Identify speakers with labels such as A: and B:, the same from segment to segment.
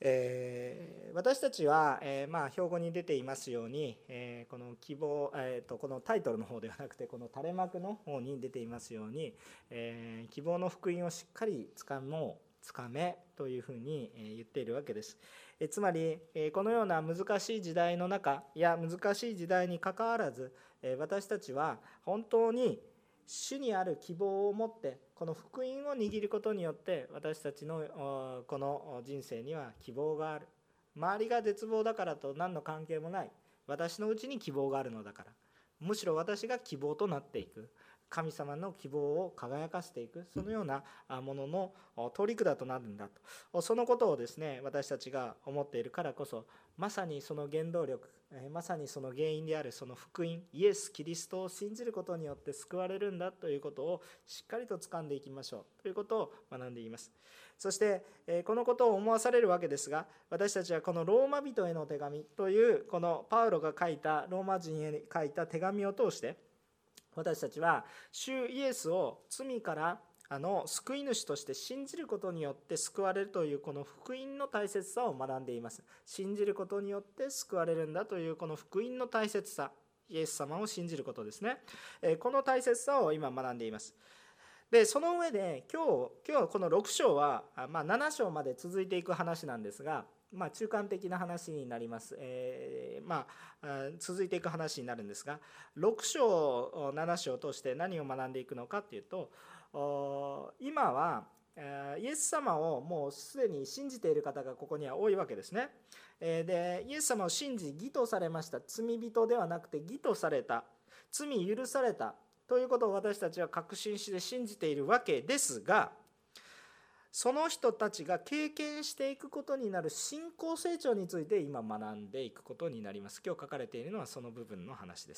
A: 私たちは、標語に出ていますように、この希望、このタイトルの方ではなくてこの垂れ幕の方に出ていますように、希望の福音をしっかりつかめというふうに言っているわけです。つまりこのような難しい時代の中や難しい時代にかかわらず、私たちは本当に主にある希望を持ってこの福音を握ることによって私たちのこの人生には希望がある。周りが絶望だからと何の関係もない。私のうちに希望があるのだから、むしろ私が希望となっていく、神様の希望を輝かせていく、そのようなものの取り札となるんだと、そのことをですね、私たちが思っているからこそ、まさにその原動力、まさにその原因であるその福音、イエス・キリストを信じることによって救われるんだということをしっかりと掴んでいきましょうということを学んでいます。そしてこのことを思わされるわけですが、私たちはこのローマ人への手紙というこのパウロが書いたローマ人へ書いた手紙を通して、私たちは主イエスを罪から救い主として信じることによって救われるというこの福音の大切さを学んでいます。信じることによって救われるんだというこの福音の大切さ、イエス様を信じることですね。この大切さを今学んでいます。でその上で今日この6章は、7章まで続いていく話なんですが、中間的な話になります。続いていく話になるんですが、6章7章を通して何を学んでいくのかというと、今はイエス様をもうすでに信じている方がここには多いわけですね。でイエス様を信じ義とされました。罪人ではなくて義とされた、罪許されたということを私たちは確信して信じているわけですが、その人たちが経験していくことになる信仰成長について今学んでいくことになります。今日書かれているのはその部分の話です。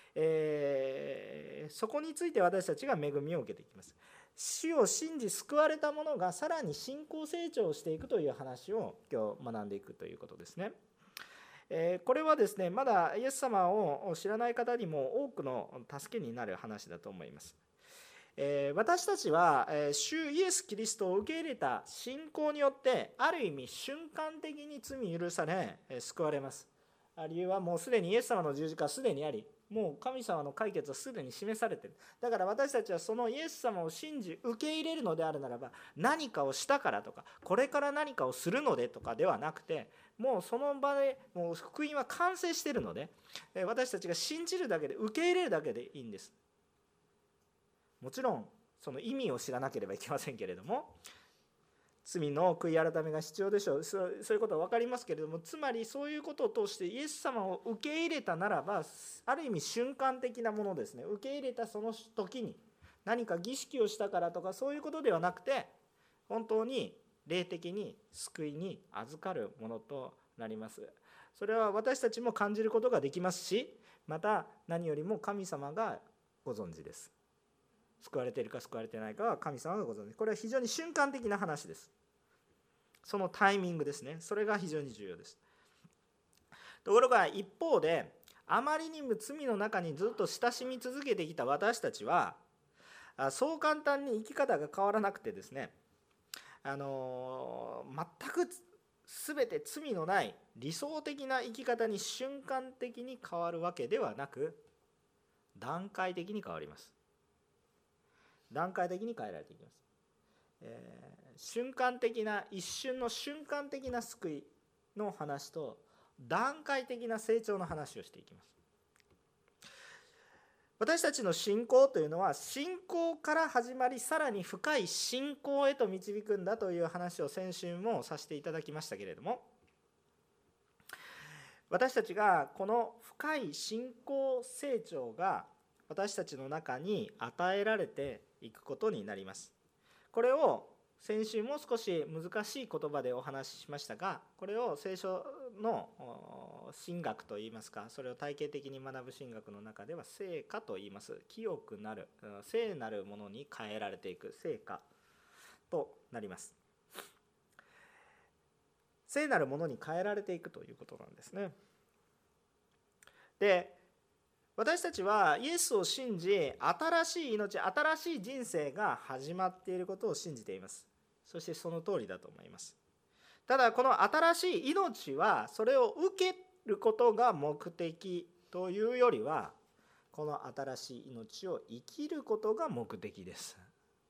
A: そこについて私たちが恵みを受けていきます。主を信じ救われた者がさらに信仰成長していくという話を今日学んでいくということですね。これはですね、まだイエス様を知らない方にも多くの助けになる話だと思います。私たちは主イエス・キリストを受け入れた信仰によってある意味瞬間的に罪許され救われます。理由はもうすでにイエス様の十字架はすでにあり、もう神様の解決はすでに示されている。だから私たちはそのイエス様を信じ受け入れるのであるならば、何かをしたからとかこれから何かをするのでとかではなくて、もうその場でもう福音は完成しているので、私たちが信じるだけで受け入れるだけでいいんです。もちろんその意味を知らなければいけませんけれども、罪の悔い改めが必要でしょう。そういうことは分かりますけれども、つまりそういうことを通してイエス様を受け入れたならば、ある意味瞬間的なものですね。受け入れたその時に何か儀式をしたからとかそういうことではなくて、本当に霊的に救いに預かるものとなります。それは私たちも感じることができますし、また何よりも神様がご存知です。救われているか救われていないかは神様がご存知。これは非常に瞬間的な話です。そのタイミングですね。それが非常に重要です。ところが一方で、あまりにも罪の中にずっと親しみ続けてきた私たちは、そう簡単に生き方が変わらなくてですね、全く全て罪のない理想的な生き方に瞬間的に変わるわけではなく、段階的に変わります。段階的に変えられていきます。瞬間的な一瞬の瞬間的な救いの話と段階的な成長の話をしていきます。私たちの信仰というのは信仰から始まり、さらに深い信仰へと導くんだという話を先週もさせていただきましたけれども、私たちがこの深い信仰成長が私たちの中に与えられていくことになります。これを先週も少し難しい言葉でお話ししましたが、これを聖書の神学といいますか、それを体系的に学ぶ神学の中では聖化と言います。清くなる、聖なるものに変えられていく聖化となります。聖なるものに変えられていくということなんですね。で、私たちはイエスを信じ、新しい命、新しい人生が始まっていることを信じています。そしてその通りだと思います。 ただこの新しい命はそれを受けることが目的というよりは、この新しい命を生きることが目的です。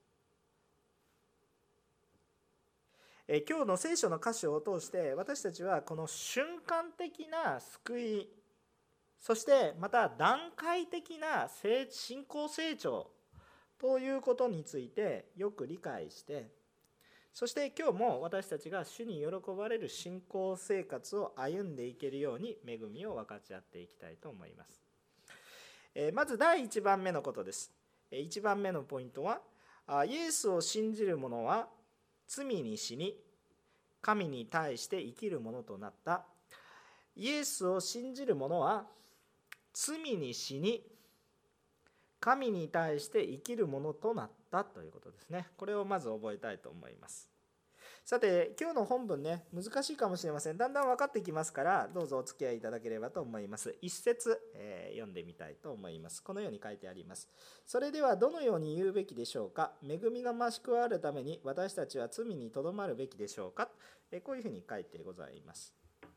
A: 今日の聖書の箇所を通して私たちはこの瞬間的な救い、そしてまた段階的な信仰成長ということについてよく理解して、そして今日も私たちが主に喜ばれる信仰生活を歩んでいけるように恵みを分かち合っていきたいと思います。まず第1番目のことです。1番目のポイントは、イエスを信じる者は罪に死に神に対して生きるものとなった。イエスを信じる者は罪に死に神に対して生きるものとなったということですね。これをまず覚えたいと思います。さて今日の本文ね、難しいかもしれません。だんだん分かってきますから、どうぞお付き合いいただければと思います。一節、読んでみたいと思います。このように書いてあります。それではどのように言うべきでしょうか。恵みが増し加わるために私たちは罪にとどまるべきでしょうか。こういうふうに書いてございます。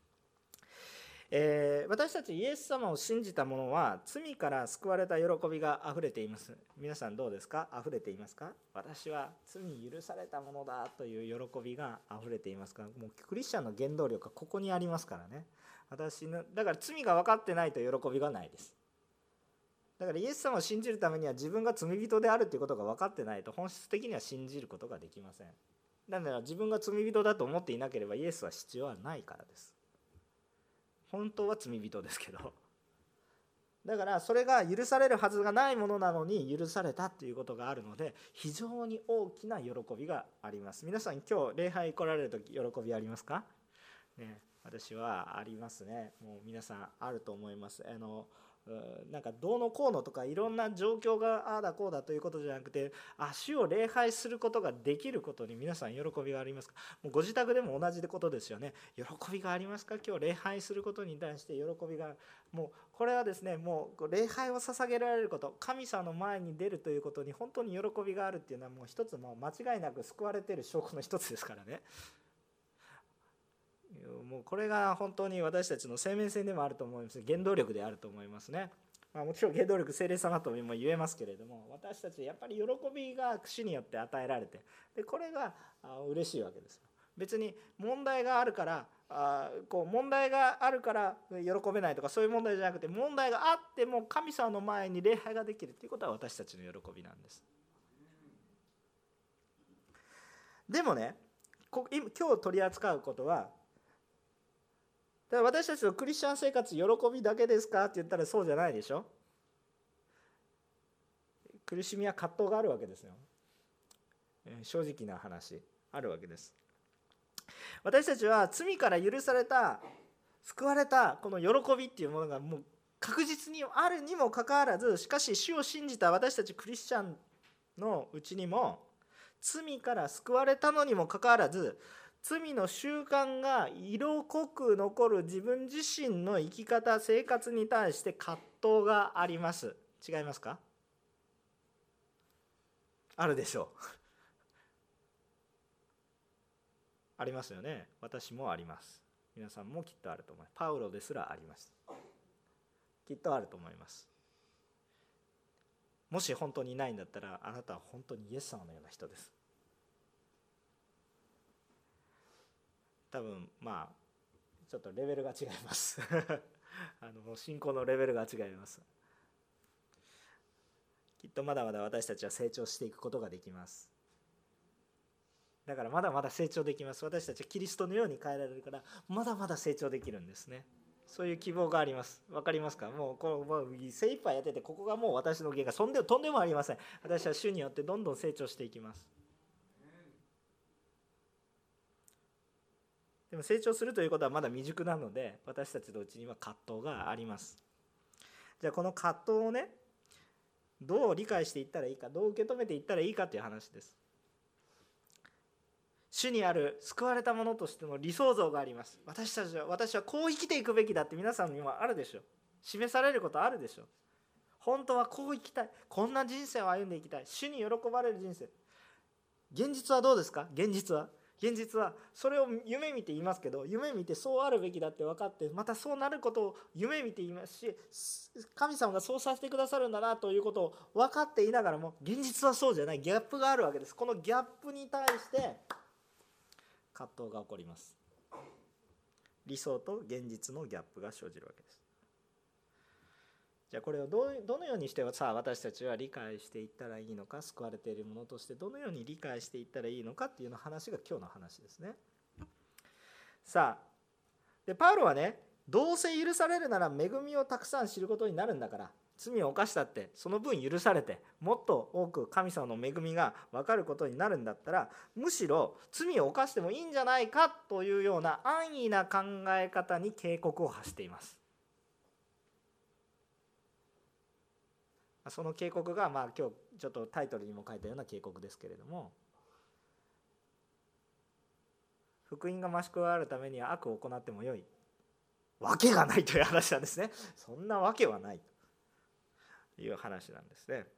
A: 私たちイエス様を信じた者は罪から救われた喜びがあふれています。皆さんどうですか？あふれていますか？私は罪許されたものだという喜びがあふれていますか？もうクリスチャンの原動力はここにありますからね。だから罪が分かってないと喜びがないです。だからイエス様を信じるためには自分が罪人であるということが分かってないと本質的には信じることができません。なぜなら自分が罪人だと思っていなければイエスは必要はないからです。本当は罪人ですけど、だからそれが許されるはずがないものなのに許されたということがあるので、非常に大きな喜びがあります。皆さん今日礼拝来られるとき喜びありますか？ね、私はありますね。もう皆さんあると思います。なんかどうのこうのとかいろんな状況がああだこうだということじゃなくて、主を礼拝することができることに皆さん喜びがありますか？もうご自宅でも同じことですよね。喜びがありますか？今日礼拝することに対して喜びが、もうこれはですね、もう礼拝を捧げられること、神様の前に出るということに本当に喜びがあるっていうのはもう一つ、もう間違いなく救われている証拠の一つですからね。もうこれが本当に私たちの生命線でもあると思います。原動力であると思いますね。もちろん原動力聖霊様とも言えますけれども、私たちやっぱり喜びが主によって与えられて、でこれが嬉しいわけですよ。別に問題があるから問題があるから喜べないとかそういう問題じゃなくて、問題があっても神様の前に礼拝ができるということは私たちの喜びなんです。でもね、今日取り扱うことは、だから私たちのクリスチャン生活喜びだけですかって言ったらそうじゃないでしょ。苦しみや葛藤があるわけですよ。正直な話あるわけです。私たちは罪から許された、救われたこの喜びっていうものがもう確実にあるにもかかわらず、しかし主を信じた私たちクリスチャンのうちにも罪から救われたのにもかかわらず、罪の習慣が色濃く残る自分自身の生き方、生活に対して葛藤があります。違いますか？あるでしょう。ありますよね。私もあります。皆さんもきっとあると思います。パウロですらあります。きっとあると思います。もし本当にないんだったら、あなたは本当にイエス様のような人です。多分ちょっとレベルが違います信仰のレベルが違います。きっとまだまだ私たちは成長していくことができます。だからまだまだ成長できます。私たちはキリストのように変えられるから、まだまだ成長できるんですね。そういう希望があります。わかりますか？もう精一杯やってて、ここがもう私の芸がとんでもありません。私は主によってどんどん成長していきます。でも成長するということはまだ未熟なので、私たちのうちには葛藤があります。じゃあこの葛藤をね、どう理解していったらいいか、どう受け止めていったらいいかという話です。主にある救われたものとしての理想像があります。私はこう生きていくべきだって皆さんにもあるでしょう。示されることあるでしょう。本当はこう生きたい、こんな人生を歩んでいきたい、主に喜ばれる人生。現実はどうですか？現実は現実はそれを夢見て言いますけど、夢見てそうあるべきだって分かって、またそうなることを夢見て言いますし、神様がそうさせてくださるんだなということを分かっていながらも、現実はそうじゃないギャップがあるわけです。このギャップに対して葛藤が起こります。理想と現実のギャップが生じるわけです。じゃあこれをどのようにして私たちは理解していったらいいのか、救われているものとしてどのように理解していったらいいのかっていうの話が今日の話ですね。さあでパウロはね、どうせ許されるなら恵みをたくさん知ることになるんだから、罪を犯したってその分許されて、もっと多く神様の恵みが分かることになるんだったら、むしろ罪を犯してもいいんじゃないかというような安易な考え方に警告を発しています。その警告が今日ちょっとタイトルにも書いたような警告ですけれども、福音が増し加わるためには悪を行ってもよいわけがないという話なんですね。そんなわけはないという話なんですね。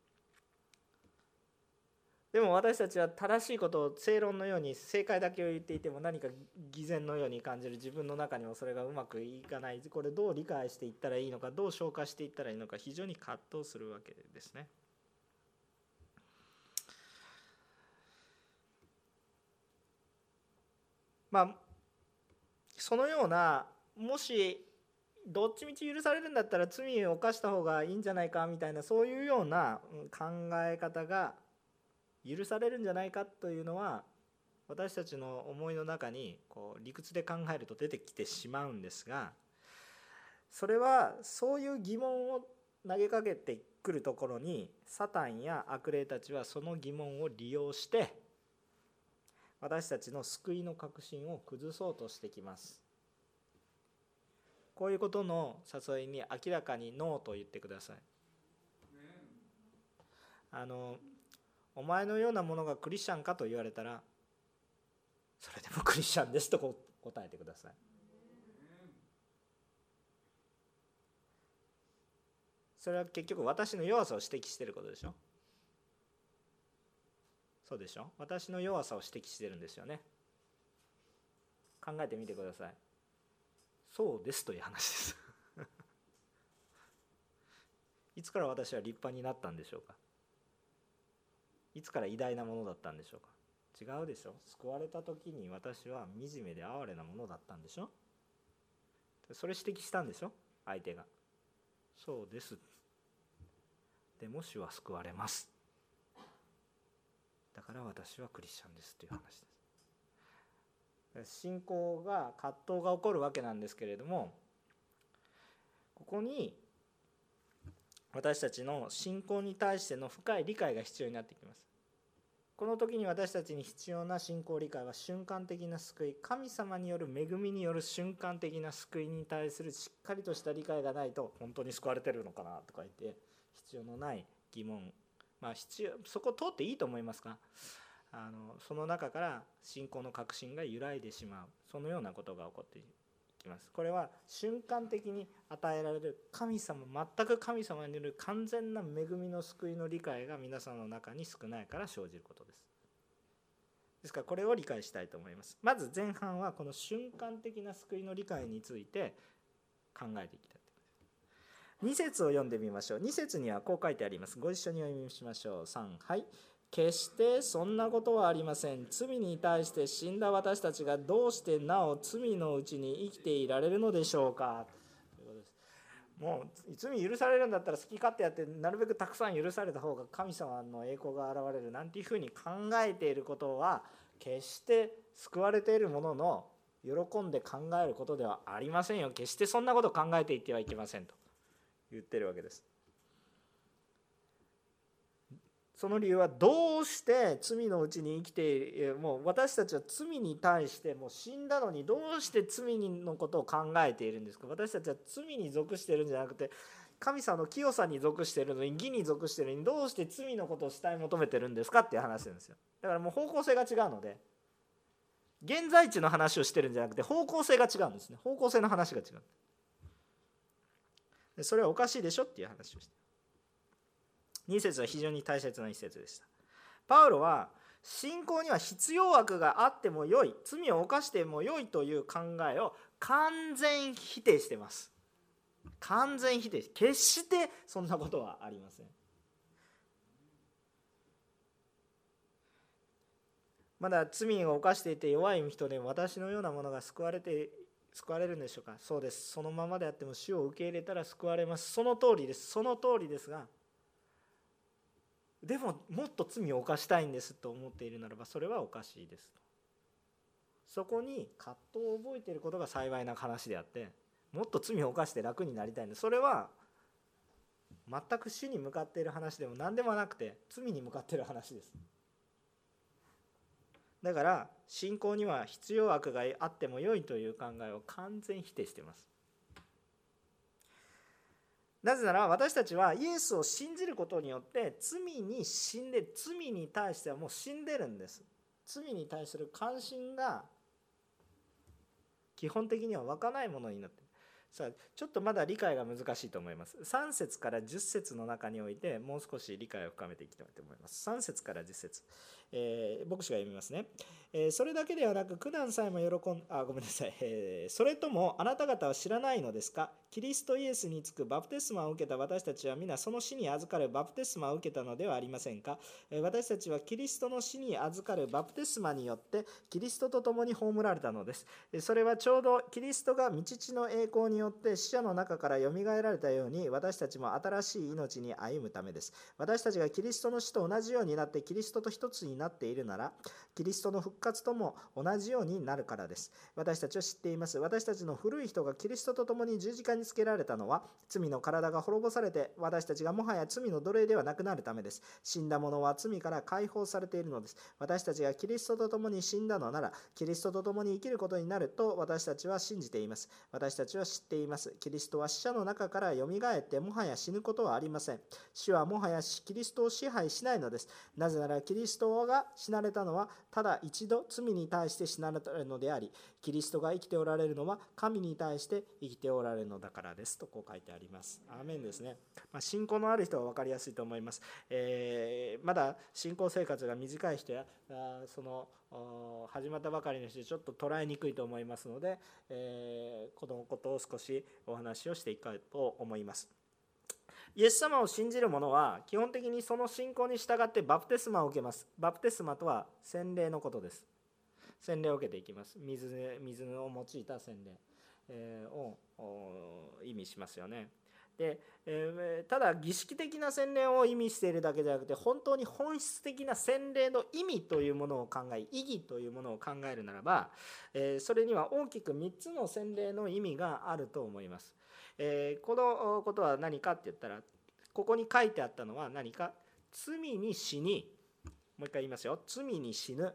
A: でも私たちは正しいことを正論のように正解だけを言っていても、何か偽善のように感じる自分の中にもそれがうまくいかない。これどう理解していったらいいのか、どう消化していったらいいのか、非常に葛藤するわけですね。そのような、もしどっちみち許されるんだったら罪を犯した方がいいんじゃないかみたいな、そういうような考え方が許されるんじゃないかというのは、私たちの思いの中に理屈で考えると出てきてしまうんですが、それはそういう疑問を投げかけてくるところに、サタンや悪霊たちはその疑問を利用して私たちの救いの確信を崩そうとしてきます。こういうことの誘いに明らかにノーと言ってください。お前のようなものがクリスチャンかと言われたら、それでもクリスチャンですと答えてください。それは結局私の弱さを指摘していることでしょ。そうでしょ。私の弱さを指摘してるんですよね。考えてみてください。そうですという話ですいつから私は立派になったんでしょうか。いつから偉大なものだったんでしょうか。違うでしょ。救われた時に私は惨めで哀れなものだったんでしょ。それ指摘したんでしょ、相手が。そうです。でも主は救われます。だから私はクリスチャンですという話です。信仰が葛藤が起こるわけなんですけれども、ここに私たちの信仰に対しての深い理解が必要になってきます。この時に私たちに必要な信仰理解は瞬間的な救い、神様による恵みによる瞬間的な救いに対するしっかりとした理解がないと、本当に救われてるのかなとか言って必要のない疑問、そこを通っていいと思いますが、その中から信仰の確信が揺らいでしまう、そのようなことが起こっていきます。これは瞬間的に与えられる神様、全く神様による完全な恵みの救いの理解が皆さんの中に少ないから生じることです。ですからこれを理解したいと思います。まず前半はこの瞬間的な救いの理解について考えていきたい。2節を読んでみましょう。2節にはこう書いてあります。ご一緒にお読みしましょう。3、はい。決してそんなことはありません。罪に対して死んだ私たちがどうしてなお罪のうちに生きていられるのでしょうか。ということです。もう罪許されるんだったら好き勝手やって、なるべくたくさん許された方が神様の栄光が現れるなんていうふうに考えていることは、決して救われているものの喜んで考えることではありませんよ。決してそんなことを考えていってはいけませんと言ってるわけです。その理由は、どうして罪のうちに生きている、もう私たちは罪に対してもう死んだのに、どうして罪のことを考えているんですか。私たちは罪に属しているんじゃなくて、神様の清さに属しているのに、義に属しているのに、どうして罪のことを主体求めてるんですかっていう話なんですよ。だからもう方向性が違うので、現在地の話をしてるんじゃなくて方向性が違うんですね。方向性の話が違う。それはおかしいでしょっていう話をして、2節は非常に大切な一節でした。パウロは信仰には必要悪があってもよい、罪を犯してもよいという考えを完全否定しています。完全否定。決してそんなことはありません。まだ罪を犯していて弱い人でも私のようなものが救われるんでしょうか。そうです。そのままであっても主を受け入れたら救われます。その通りです。その通りですが、でももっと罪を犯したいんですと思っているならば、それはおかしいですと。そこに葛藤を覚えていることが幸いな話であって、もっと罪を犯して楽になりたいんです。それは全く主に向かっている話でも何でもなくて、罪に向かっている話です。だから信仰には必要悪があってもよいという考えを完全否定しています。なぜなら私たちはイエスを信じることによって罪に死んで、罪に対してはもう死んでるんです。罪に対する関心が基本的には湧かないものになっている。さあちょっとまだ理解が難しいと思います。3節から10節の中においてもう少し理解を深めていきたいと思います。3節から10節、牧師が読みますね。それだけではなく苦難さえもごめんなさい、それともあなた方は知らないのですか。キリストイエスにつくバプテスマを受けた私たちは皆その死に預かるバプテスマを受けたのではありませんか。私たちはキリストの死に預かるバプテスマによってキリストと共に葬られたのです。それはちょうどキリストが御父の栄光によって死者の中からよみがえられたように、私たちも新しい命に歩むためです。私たちがキリストの死と同じようになってキリストと一つになっているなら、キリストの復活とも同じようになるからです。私たちは知っています。私たちの古い人がキリストと共に十字架につけられたのは、罪の体が滅ぼされて私たちがもはや罪の奴隷ではなくなるためです。死んだ者は罪から解放されているのです。私たちがキリストと共に死んだのなら、キリストと共に生きることになると私たちは信じています。私たちは知っています。キリストは死者の中からよみがえってもはや死ぬことはありません。死はもはやキリストを支配しないのです。なぜならキリストが死なれたのはただ一度罪に対して死なれたのであり、キリストが生きておられるのは神に対して生きておられるのだからですとこう書いてあります。アーメンですね。信仰のある人は分かりやすいと思います。まだ信仰生活が短い人や始まったばかりの人でちょっと捉えにくいと思いますので、このことを少しお話をしていきたいと思います。イエス様を信じる者は基本的にその信仰に従ってバプテスマを受けます。バプテスマとは洗礼のことです。洗礼を受けていきます。水を用いた洗礼を意味しますよね。でただ儀式的な洗礼を意味しているだけではなくて、本当に本質的な洗礼の意味というものを考え、意義というものを考えるならば、それには大きく3つの洗礼の意味があると思います。このことは何かって言ったら、ここに書いてあったのは何か、罪に死に、もう一回言いますよ、罪に死ぬ、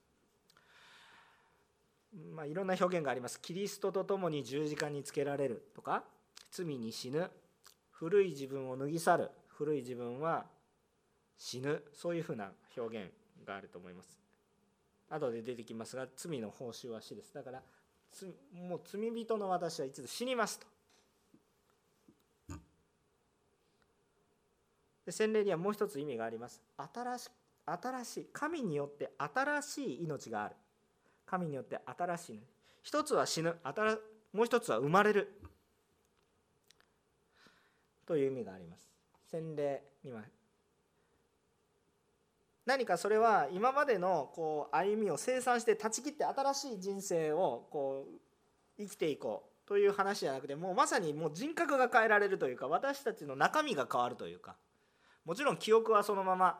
A: いろんな表現があります。キリストと共に十字架につけられるとか、罪に死ぬ、古い自分を脱ぎ去る、古い自分は死ぬ、そういうふうな表現があると思います。後で出てきますが、罪の報酬は死です。だからもう罪人の私はいつ死にますと。で洗礼にはもう一つ意味があります。新しい、神によって新しい命がある。神によって新しい命。一つは死ぬ、もう一つは生まれるという意味があります。洗礼には何か、それは今までの歩みを清算して断ち切って新しい人生を生きていこうという話じゃなくて、もうまさにもう人格が変えられるというか、私たちの中身が変わるというか、もちろん記憶はそのまま、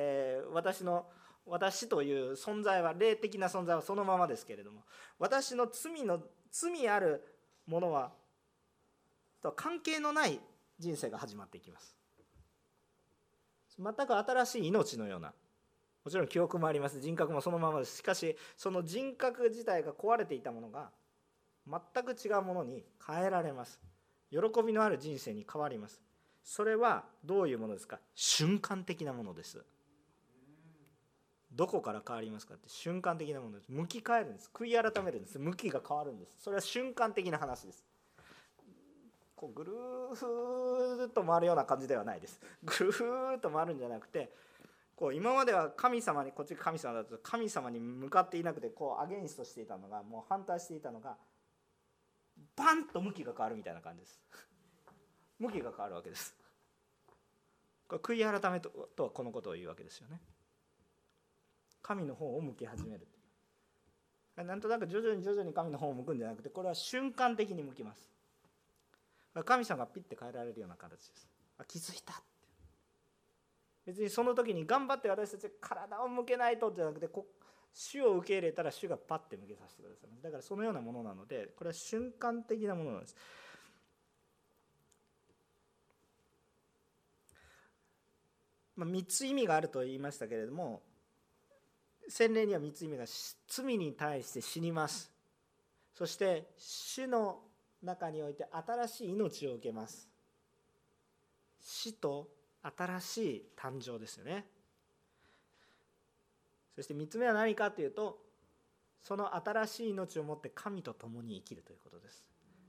A: 私という存在は、霊的な存在はそのままですけれども、私の罪あるものはとは関係のない人生が始まっていきます。全く新しい命のような、もちろん記憶もあります。人格もそのままです。しかしその人格自体が壊れていたものが全く違うものに変えられます。喜びのある人生に変わります。それはどういうものですか。瞬間的なものです。どこから変わりますかって、瞬間的なものです。向き変えるんです。悔い改めるんです。向きが変わるんです。それは瞬間的な話です。ぐるーっと回るような感じではないです。ぐるーっと回るんじゃなくて、 こう今までは神様に、こっちが神様だと神様に向かっていなくてこうアゲインストしていたのが、もう反対していたのがバンと向きが変わるみたいな感じです。向きが変わるわけです。これ悔い改めとはこのことを言うわけですよね。神の方を向き始める。なんとなく徐々に神の方を向くんじゃなくて、これは瞬間的に向きます。神様がピッて変えられるような形です。気づいたって。別にその時に頑張って私たち体を向けないとじゃなくて、主を受け入れたら主がパッて向けさせてください。だからそのようなものなので、これは瞬間的なものなんです。3つ意味があると言いましたけれども、洗礼には3つ意味が、罪に対して死にます。そして主の中において新しい命を受けます。死と新しい誕生ですよね。そして3つ目は何かというと、その新しい命を持って神と共に生きるということです。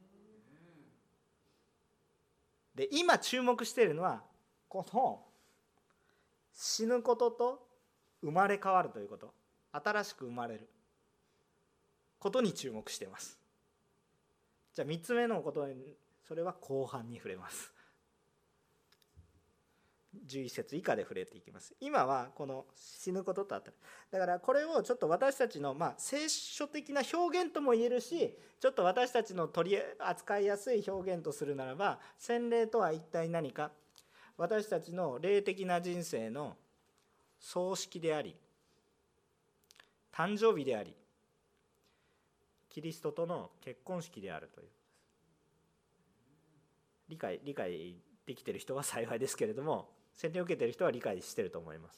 A: で、今注目しているのは、この死ぬことと生まれ変わるということ、新しく生まれることに注目しています。じゃあ3つ目のことに、それは後半に触れます。11節以下で触れていきます。今はこの死ぬこととあたる。だからこれをちょっと私たちの聖書的な表現とも言えるし、ちょっと私たちの取り扱いやすい表現とするならば、洗礼とは一体何か。私たちの霊的な人生の葬式であり、誕生日であり、キリストとの結婚式であるという。理解できている人は幸いですけれども、洗礼を受けている人は理解していると思います。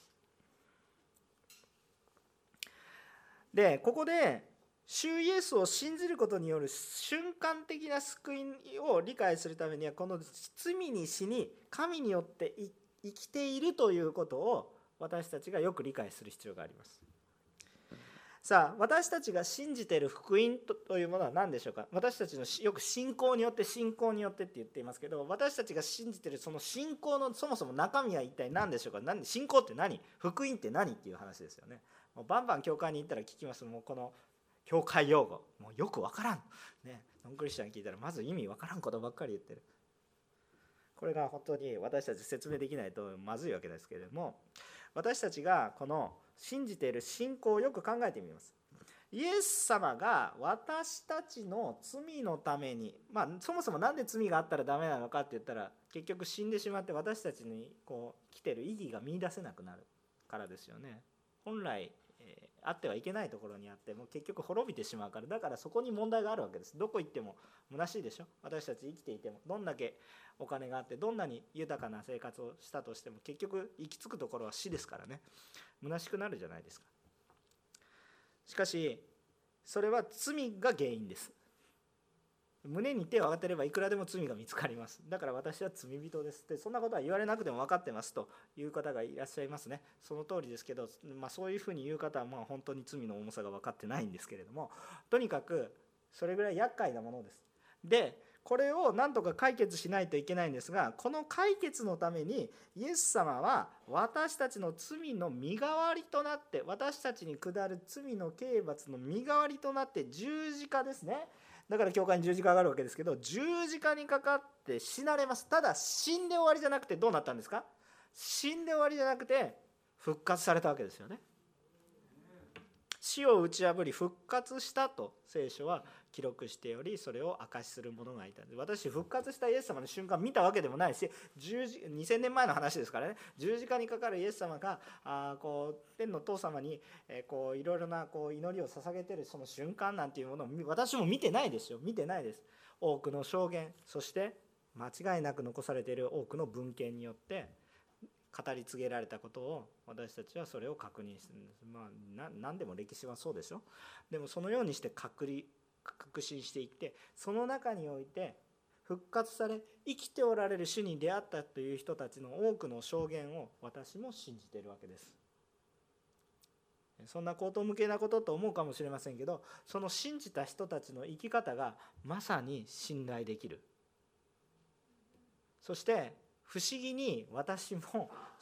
A: で、ここで主イエスを信じることによる瞬間的な救いを理解するためには、この罪に死に神によって生きているということを私たちがよく理解する必要があります。さあ、私たちが信じている福音というものは何でしょうか。私たちのよく信仰によってって言っていますけど、私たちが信じているその信仰のそもそも中身は一体何でしょうか。信仰って何、福音って何っていう話ですよね。もうバンバン教会に行ったら聞きます。もうこの教会用語もうよくわからん、ね、ノンクリスチャンに聞いたらまず意味わからんことばっかり言ってる。これが本当に私たち説明できないとまずいわけですけれども、私たちがこの信じている信仰をよく考えてみます。イエス様が私たちの罪のために、そもそも何で罪があったらダメなのかって言ったら、結局死んでしまって私たちに来てる意義が見出せなくなるからですよね。本来あってはいけないところにあって、もう結局滅びてしまうから。だからそこに問題があるわけです。どこ行っても虚しいでしょ。私たち生きていても、どんだけお金があってどんなに豊かな生活をしたとしても、結局行き着くところは死ですからね。虚しくなるじゃないですか。しかしそれは罪が原因です。胸に手を当てればいくらでも罪が見つかります。だから私は罪人ですって、そんなことは言われなくても分かってますという方がいらっしゃいますね。その通りですけど、そういうふうに言う方は本当に罪の重さが分かってないんですけれども、とにかくそれぐらい厄介なものです。で、これを何とか解決しないといけないんですが、この解決のためにイエス様は私たちの罪の身代わりとなって、私たちに下る罪の刑罰の身代わりとなって十字架ですね。だから教会に十字架があるわけですけど、十字架にかかって死なれます。ただ死んで終わりじゃなくてどうなったんですか。死んで終わりじゃなくて復活されたわけですよね。死を打ち破り復活したと聖書は記録しており、それを証しする者がいたんです。私復活したイエス様の瞬間見たわけでもないし、2000年前の話ですからね。十字架にかかるイエス様が天の父様にいろいろな祈りを捧げているその瞬間なんていうものを私も見てないですよ。見てないです。多くの証言、そして間違いなく残されている多くの文献によって語り継げられたことを、私たちはそれを確認してるんです。何でも歴史はそうでしょ。でもそのようにして確信していって、その中において復活され生きておられる主に出会ったという人たちの多くの証言を私も信じているわけです。そんな荒唐無稽なことと思うかもしれませんけど、その信じた人たちの生き方がまさに信頼できる。そして不思議に私も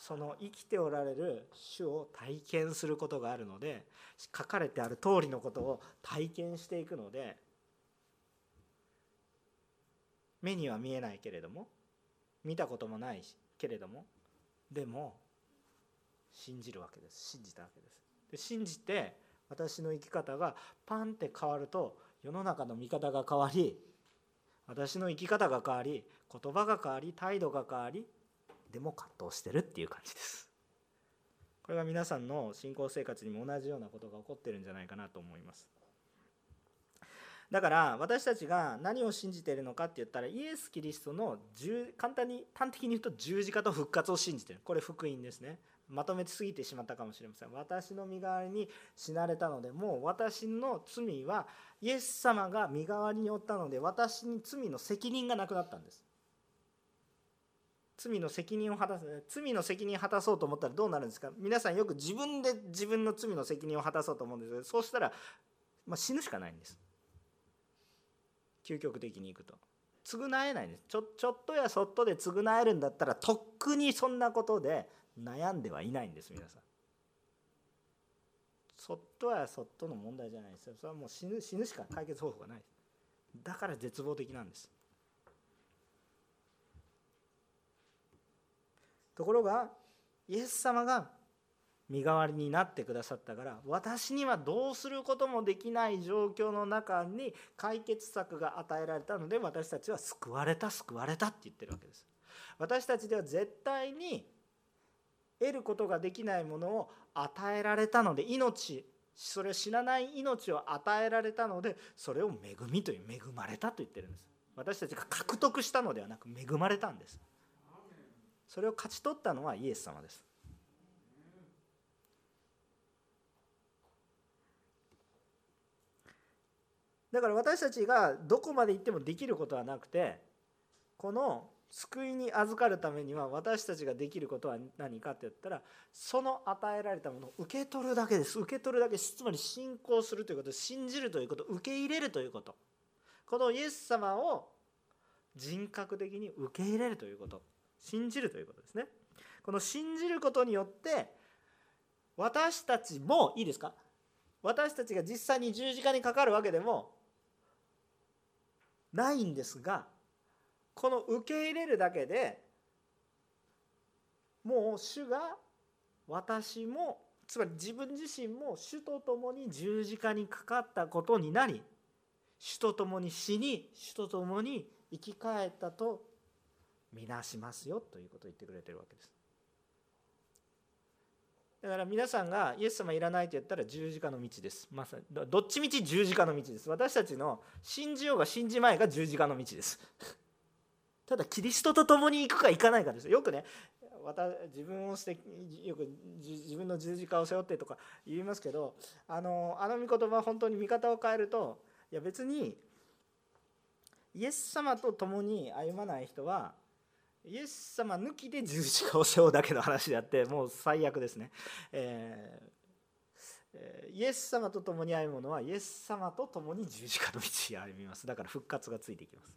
A: その生きておられる主を体験することがあるので、書かれてある通りのことを体験していくので、目には見えないけれども、見たこともないけれども、でも信じるわけです。信じたわけです。で信じて私の生き方がパンって変わると、世の中の見方が変わり、私の生き方が変わり、言葉が変わり、態度が変わり、でも葛藤してるっていう感じです。これが皆さんの信仰生活にも同じようなことが起こってるんじゃないかなと思います。だから私たちが何を信じているのかって言ったら、イエス・キリストの簡単に端的に言うと十字架と復活を信じている。これ福音ですね。まとめすぎてしまったかもしれません。私の身代わりに死なれたので、もう私の罪はイエス様が身代わりに負ったので、私に罪の責任がなくなったんです。罪の責任を果たそうと思ったらどうなるんですか。皆さんよく自分で自分の罪の責任を果たそうと思うんですけど、そうしたら、死ぬしかないんです。究極的にいくと償えないんです。ちょっとやそっとで償えるんだったら、とっくにそんなことで悩んではいないんです。皆さん、そっとやそっとの問題じゃないですよ。それはもう死ぬしか解決方法がない。だから絶望的なんです。ところがイエス様が身代わりになってくださったから、私にはどうすることもできない状況の中に解決策が与えられたので、私たちは救われたって言ってるわけです。私たちでは絶対に得ることができないものを与えられたので、それを死なない命を与えられたので、それを恵みという、恵まれたと言ってるんです。私たちが獲得したのではなく、恵まれたんです。それを勝ち取ったのはイエス様です。だから私たちがどこまで行ってもできることはなくて、この救いに預かるためには私たちができることは何かって言ったら、その与えられたものを受け取るだけです。受け取るだけ、つまり信仰するということ、信じるということ、受け入れるということ、このイエス様を人格的に受け入れるということ、信じるということですね。この信じることによって、私たちもいいですか、私たちが実際に十字架にかかるわけでもないんですが、この受け入れるだけでもう主が、私もつまり自分自身も主と共に十字架にかかったことになり、主と共に死に、主と共に生き返ったとみなしますよということを言ってくれているわけです。だから皆さんがイエス様いらないと言ったら十字架の道です。まさにどっちみち十字架の道です。私たちの信じようが信じまいが十字架の道です。ただキリストと共に行くか行かないかです。よくね、自分の十字架を背負ってとか言いますけど、あの御言葉、本当に見方を変えると、いや別にイエス様と共に歩まない人はイエス様抜きで十字架を背負うだけの話であって、もう最悪ですね。イエス様と共に歩む者はイエス様と共に十字架の道を歩みます。だから復活がついてきます。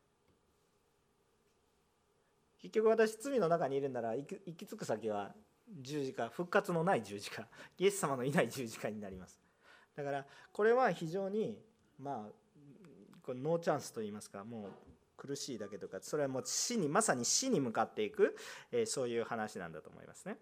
A: 結局私、罪の中にいるなら行き着く先は十字架、復活のない十字架、イエス様のいない十字架になります。だからこれは非常にこれノーチャンスといいますか、もう苦しいだけとか、それはもうまさに死に向かっていく、そういう話なんだと思いますね。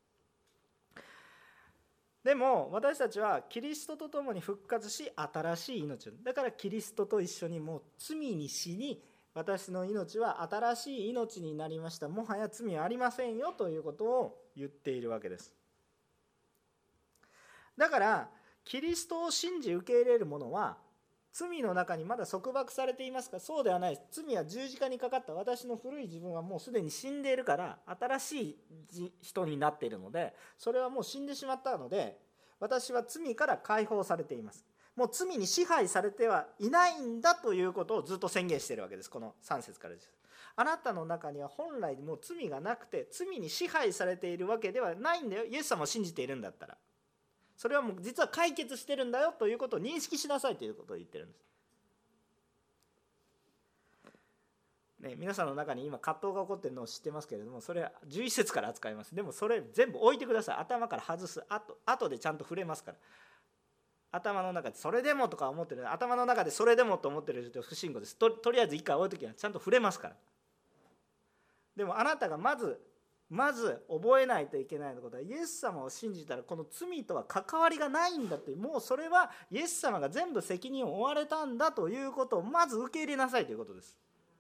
A: でも私たちはキリストと共に復活し、新しい命を、だからキリストと一緒にもう罪に死に、私の命は新しい命になりました、もはや罪はありませんよということを言っているわけです。だからキリストを信じ受け入れる者は罪の中にまだ束縛されていますか？そうではないです。罪は十字架にかかった私の古い自分はもうすでに死んでいるから、新しい人になっているので、それはもう死んでしまったので、私は罪から解放されています。もう罪に支配されてはいないんだということをずっと宣言しているわけです。この3節からです。あなたの中には本来もう罪がなくて、罪に支配されているわけではないんだよ。イエス様を信じているんだったら、それはもう実は解決してるんだよということを認識しなさいということを言ってるんです。 ね、皆さんの中に今葛藤が起こっているのを知ってますけれども、それは11節から扱います。でもそれ全部置いてください。頭から外す。後でちゃんと触れますから。頭の中でそれでもとか思ってる、頭の中でそれでもと思ってる人は不信仰です。 とりあえず一回置いときはちゃんと触れますから。でもあなたがまず覚えないといけないことは、イエス様を信じたらこの罪とは関わりがないんだって、もうそれはイエス様が全部責任を負われたんだということをまず受け入れなさいということです。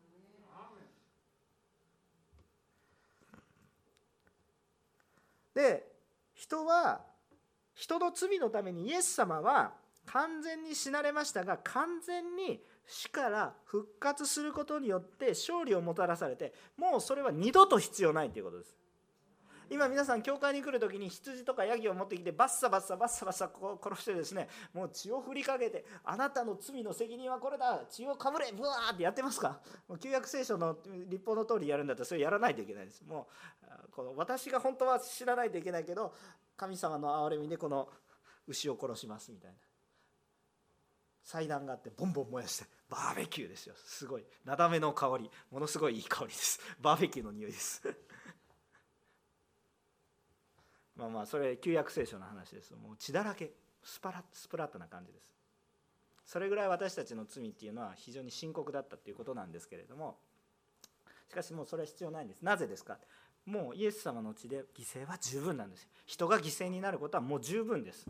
A: で、人の罪のためにイエス様は完全に死なれましたが、完全に死から復活することによって勝利をもたらされて、もうそれは二度と必要ないということです。今皆さん教会に来るときに羊とかヤギを持ってきてバッサバッサ殺してですね、もう血を振りかけて、あなたの罪の責任はこれだ、血をかぶれブワーってやってますか？もう旧約聖書の律法の通りやるんだったらそれやらないといけないです。もうこの私が本当は知らないといけないけど、神様の憐れみでこの牛を殺しますみたいな祭壇があって、ボンボン燃やしてバーベキューですよ。すごいなだめの香り、ものすごいいい香りです。バーベキューの匂いですまあそれ旧約聖書の話です。もう血だらけ、スプラッタな感じです。それぐらい私たちの罪っていうのは非常に深刻だったっていうことなんですけれども、しかしもうそれは必要ないんです。なぜですか？もうイエス様の血で犠牲は十分なんです。人が犠牲になることはもう十分です。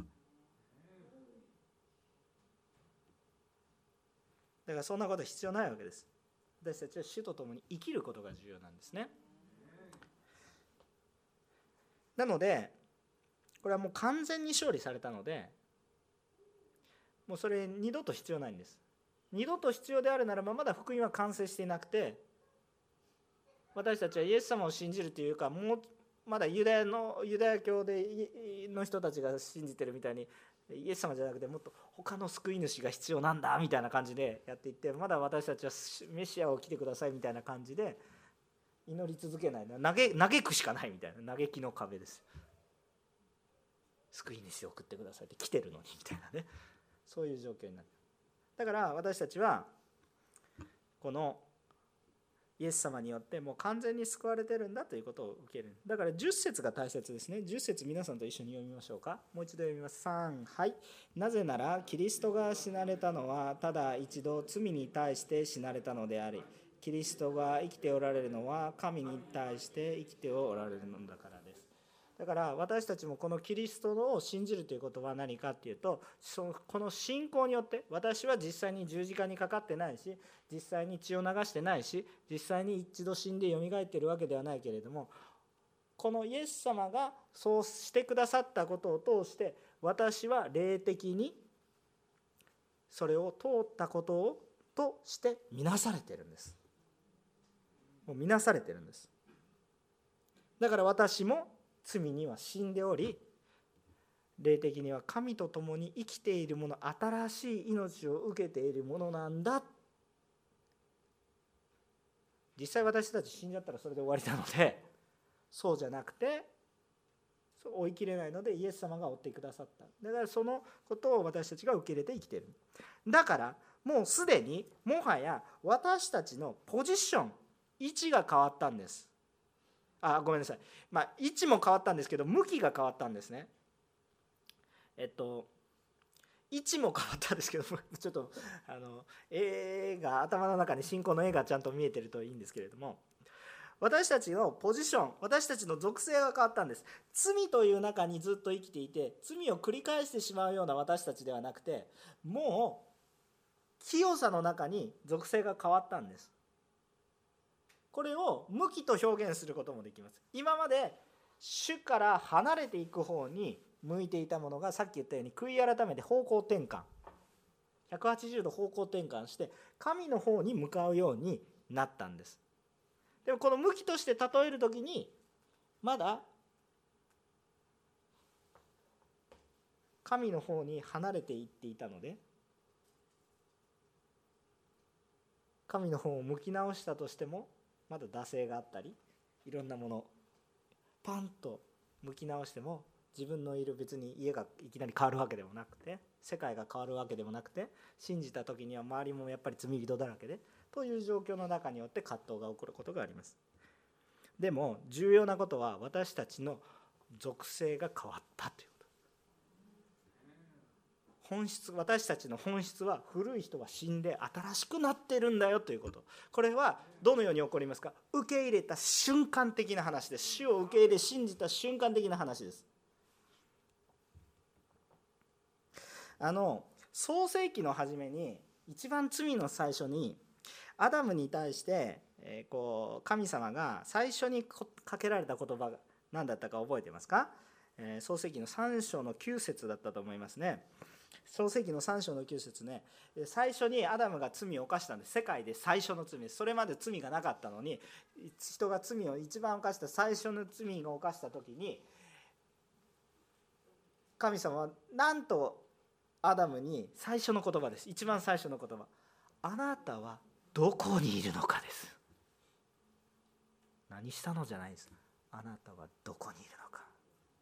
A: だからそんなこと必要ないわけです。私たちは主と共に生きることが重要なんですね。なのでこれはもう完全に勝利されたので、もうそれ二度と必要ないんです。二度と必要であるならば、まだ福音は完成していなくて、私たちはイエス様を信じるというか、もうまだユダヤ教の人たちが信じてるみたいに、イエス様じゃなくてもっと他の救い主が必要なんだみたいな感じでやっていって、まだ私たちはメシアを来てくださいみたいな感じで祈り続けない、嘆くしかないみたいな、嘆きの壁です。救い主を送ってくださいって来てるのにみたいなね、そういう状況になる。だから私たちはこのイエス様によってもう完全に救われてるんだということを受ける。だから10節が大切ですね。10節皆さんと一緒に読みましょうか。もう一度読みます。3、はい。なぜならキリストが死なれたのはただ一度罪に対して死なれたのであり、キリストが生きておられるのは神に対して生きておられるのだからです。だから私たちもこのキリストを信じるということは何かっていうと、この信仰によって、私は実際に十字架にかかってないし、実際に血を流してないし、実際に一度死んでよみがえっているわけではないけれども、このイエス様がそうしてくださったことを通して、私は霊的にそれを通ったことをとして見なされているんです。もう見なされているんです。だから私も罪には死んでおり、霊的には神と共に生きているもの、新しい命を受けているものなんだ。実際私たち死んじゃったらそれで終わりなので、そうじゃなくて、追い切れないのでイエス様が追ってくださった。だからそのことを私たちが受け入れて生きている。だからもうすでにもはや私たちのポジション、位置が変わったんです。ごめんなさい。位置も変わったんですけど、向きが変わったんですね。位置も変わったんですけど、ちょっと絵が頭の中に信仰の絵がちゃんと見えてるといいんですけれども、私たちのポジション、私たちの属性が変わったんです。罪という中にずっと生きていて、罪を繰り返してしまうような私たちではなくて、もう清さの中に属性が変わったんです。これを向きと表現することもできます。今まで主から離れていく方に向いていたものが、さっき言ったように悔い改めて方向転換、180度方向転換して神の方に向かうようになったんです。でもこの向きとして例えるときに、まだ神の方に離れていっていたので、神の方を向き直したとしてもまだ惰性があったり、いろんなものパンと向き直しても自分のいる別に家がいきなり変わるわけでもなくて、世界が変わるわけでもなくて、信じた時には周りもやっぱり罪人だらけでという状況の中によって葛藤が起こることがあります。でも重要なことは私たちの属性が変わったということ。本質、私たちの本質は古い人は死んで新しくなっているんだよということ。これはどのように起こりますか？受け入れた瞬間的な話です。主を受け入れ信じた瞬間的な話です。創世記の初めに一番罪の最初にアダムに対して神様が最初にかけられた言葉が何だったか覚えてますか？創世記の3章の9節だったと思いますね。創世記の3章の9節ね、最初にアダムが罪を犯したんです。世界で最初の罪です。それまで罪がなかったのに、人が罪を一番犯した最初の罪を犯した時に、神様はなんとアダムに最初の言葉です。一番最初の言葉、あなたはどこにいるのかです。何したのじゃないです。あなたはどこにいるのか。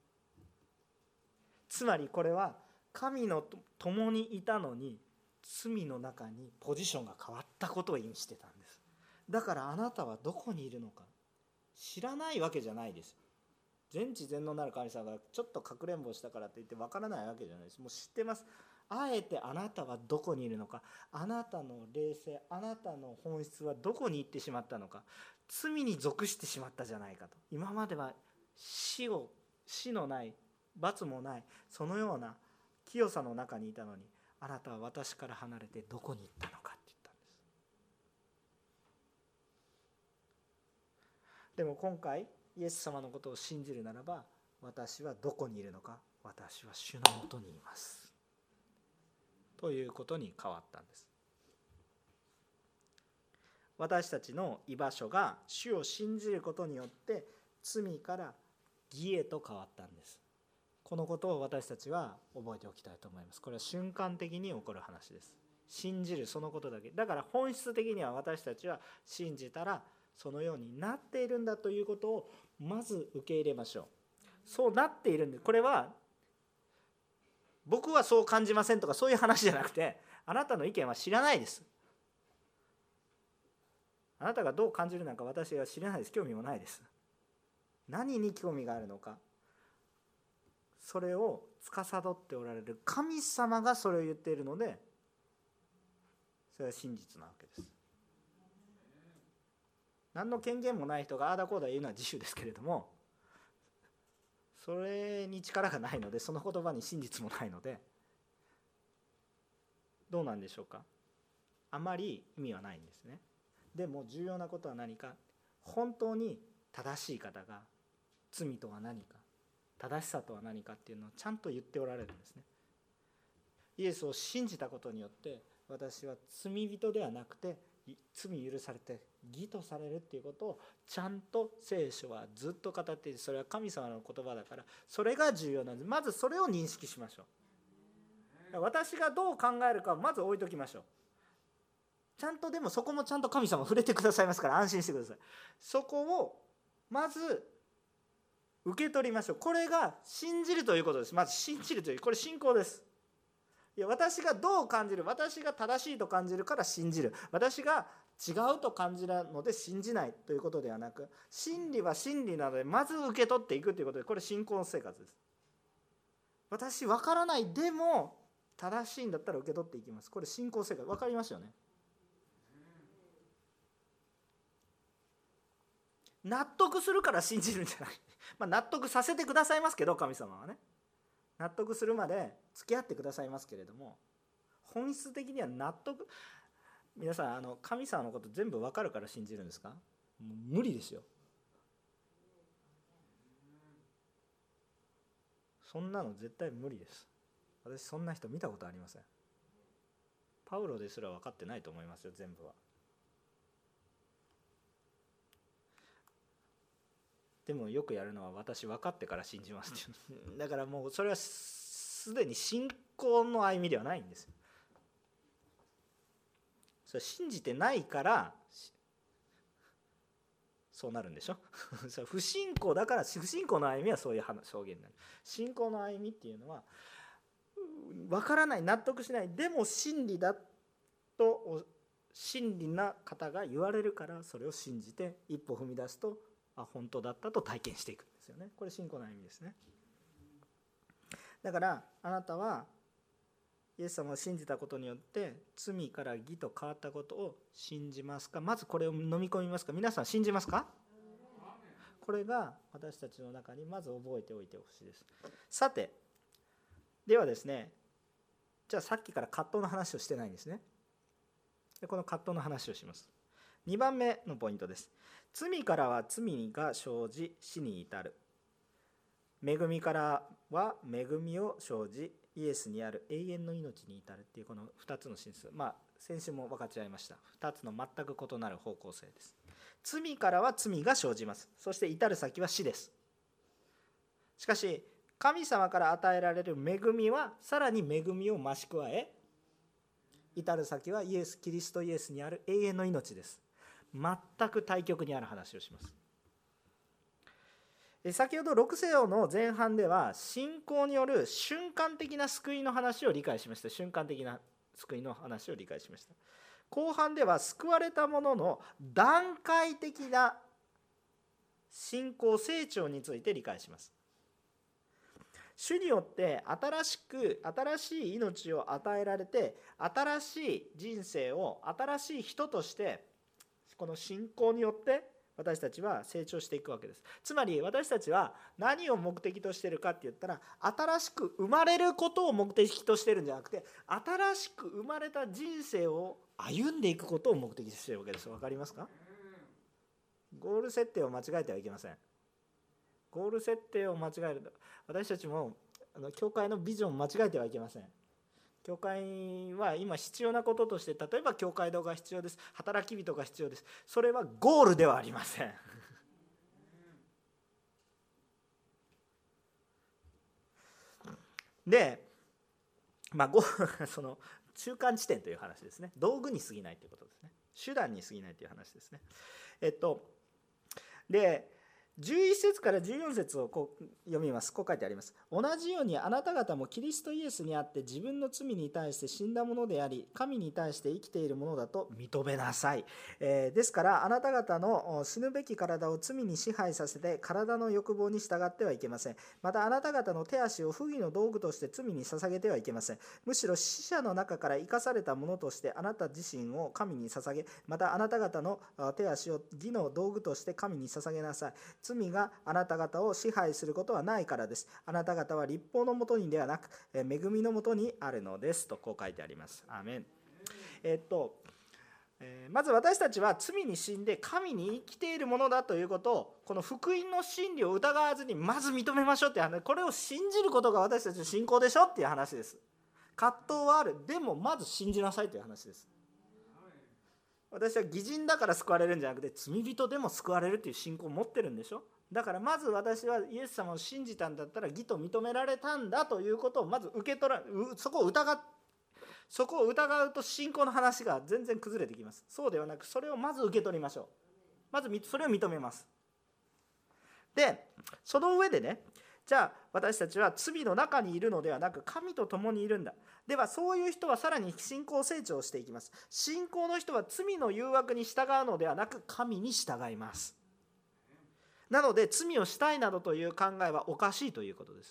A: つまりこれは神の共にいたのに罪の中にポジションが変わったことを意味してたんです。だからあなたはどこにいるのか知らないわけじゃないです。全知全能なる神様がちょっとかくれんぼしたからといってわからないわけじゃないです。もう知ってます。あえてあなたはどこにいるのか、あなたの霊性、あなたの本質はどこに行ってしまったのか、罪に属してしまったじゃないかと。今までは死のない罰もないそのような清さの中にいたのに、あなたは私から離れてどこに行ったのかって言ったんです。でも今回イエス様のことを信じるならば、私はどこにいるのか、私は主のもとにいますということに変わったんです。私たちの居場所が主を信じることによって罪から義へと変わったんです。このことを私たちは覚えておきたいと思います。これは瞬間的に起こる話です。信じるそのことだけ。だから本質的には私たちは信じたらそのようになっているんだということをまず受け入れましょう。そうなっているんで、これは僕はそう感じませんとかそういう話じゃなくて、あなたの意見は知らないです。あなたがどう感じるのか私は知らないです。興味もないです。何に興味があるのか、それを司っておられる神様がそれを言っているので、それは真実なわけです。何の権限もない人がああだこうだ言うのは自主ですけれども、それに力がないので、その言葉に真実もないので、どうなんでしょうか。あまり意味はないんですね。でも重要なことは何か、本当に正しい方が罪とは何か、正しさとは何かっていうのをちゃんと言っておられるんですね。イエスを信じたことによって私は罪人ではなくて罪許されて義とされるっていうことをちゃんと聖書はずっと語っていて、それは神様の言葉だからそれが重要なんです。まずそれを認識しましょう。私がどう考えるかをまず置いときましょう。ちゃんと、でもそこもちゃんと神様触れてくださいますから安心してください。そこをまず受け取りましょう。これが信じるということです。まず信じるという、これ信仰です。いや、私がどう感じる、私が正しいと感じるから信じる、私が違うと感じるので信じないということではなく、真理は真理なのでまず受け取っていくということで、これ信仰の生活です。私分からない、でも正しいんだったら受け取っていきます。これ信仰生活。分かりますよね。納得するから信じるんじゃない納得させてくださいますけど、神様はね、納得するまで付き合ってくださいますけれども、本質的には納得、皆さん神様のこと全部分かるから信じるんですか？もう無理ですよ。そんなの絶対無理です。私そんな人見たことありません。パウロですら分かってないと思いますよ、全部は。でもよくやるのは、私分かってから信じますっていうだからもうそれはすでに信仰の歩みではないんですよ。それ信じてないからそうなるんでしょ不信仰だから、不信仰の歩みはそういう証言になる。信仰の歩みっていうのは分からない、納得しない、でも真理だと真理な方が言われるから、それを信じて一歩踏み出すと、本当だったと体験していくんですよね。これ信仰の歩みですね。だからあなたはイエス様を信じたことによって罪から義と変わったことを信じますか？まずこれを飲み込みますか？皆さん信じますか？これが私たちの中にまず覚えておいてほしいです。さて、ではですね、じゃあさっきから葛藤の話をしてないんですね。でこの葛藤の話をします。2番目のポイントです。罪からは罪が生じ死に至る。恵みからは恵みを生じイエスにある永遠の命に至るっていう、この2つの真実、先週も分かち合いました。2つの全く異なる方向性です。罪からは罪が生じます。そして至る先は死です。しかし神様から与えられる恵みはさらに恵みを増し加え、至る先はキリストイエスにある永遠の命です。全く対極にある話をします。先ほど6世紀の前半では信仰による瞬間的な救いの話を理解しました。瞬間的な救いの話を理解しました。後半では救われた者の段階的な信仰成長について理解します。主によって新しい命を与えられて、新しい人生を新しい人としてこの信仰によって私たちは成長していくわけです。つまり私たちは何を目的としているかって言ったら、新しく生まれることを目的としているんじゃなくて、新しく生まれた人生を歩んでいくことを目的としているわけです。わかりますか？ゴール設定を間違えてはいけません。ゴール設定を間違えると、私たちも教会のビジョンを間違えてはいけません。教会は今必要なこととして、例えば教会堂が必要です、働き人が必要です。それはゴールではありません。で、その中間地点という話ですね。道具に過ぎないということですね。手段に過ぎないという話ですね。で11節から14節をこう読みます。こう書いてあります。同じようにあなた方もキリストイエスにあって自分の罪に対して死んだものであり、神に対して生きているものだと認めなさい。ですからあなた方の死ぬべき体を罪に支配させて体の欲望に従ってはいけません。またあなた方の手足を不義の道具として罪に捧げてはいけません。むしろ死者の中から生かされたものとしてあなた自身を神に捧げ、またあなた方の手足を義の道具として神に捧げなさい。罪があなた方を支配することはないからです。あなた方は律法のもとにではなく恵みのもとにあるのですとこう書いてあります。アーメン。まず私たちは罪に死んで神に生きているものだということを、この福音の真理を疑わずにまず認めましょうっていう話。これを信じることが私たちの信仰でしょっていう話です。葛藤はある、でもまず信じなさいという話です。私は義人だから救われるんじゃなくて、罪人でも救われるという信仰を持ってるんでしょ。だからまず私はイエス様を信じたんだったら義と認められたんだということをまず受け取ら、そこを疑うと信仰の話が全然崩れてきます。そうではなく、それをまず受け取りましょう。まずそれを認めます。でその上でね、じゃあ私たちは罪の中にいるのではなく神と共にいるんだ。ではそういう人はさらに信仰成長していきます。信仰の人は罪の誘惑に従うのではなく神に従います。なので罪をしたいなどという考えはおかしいということです。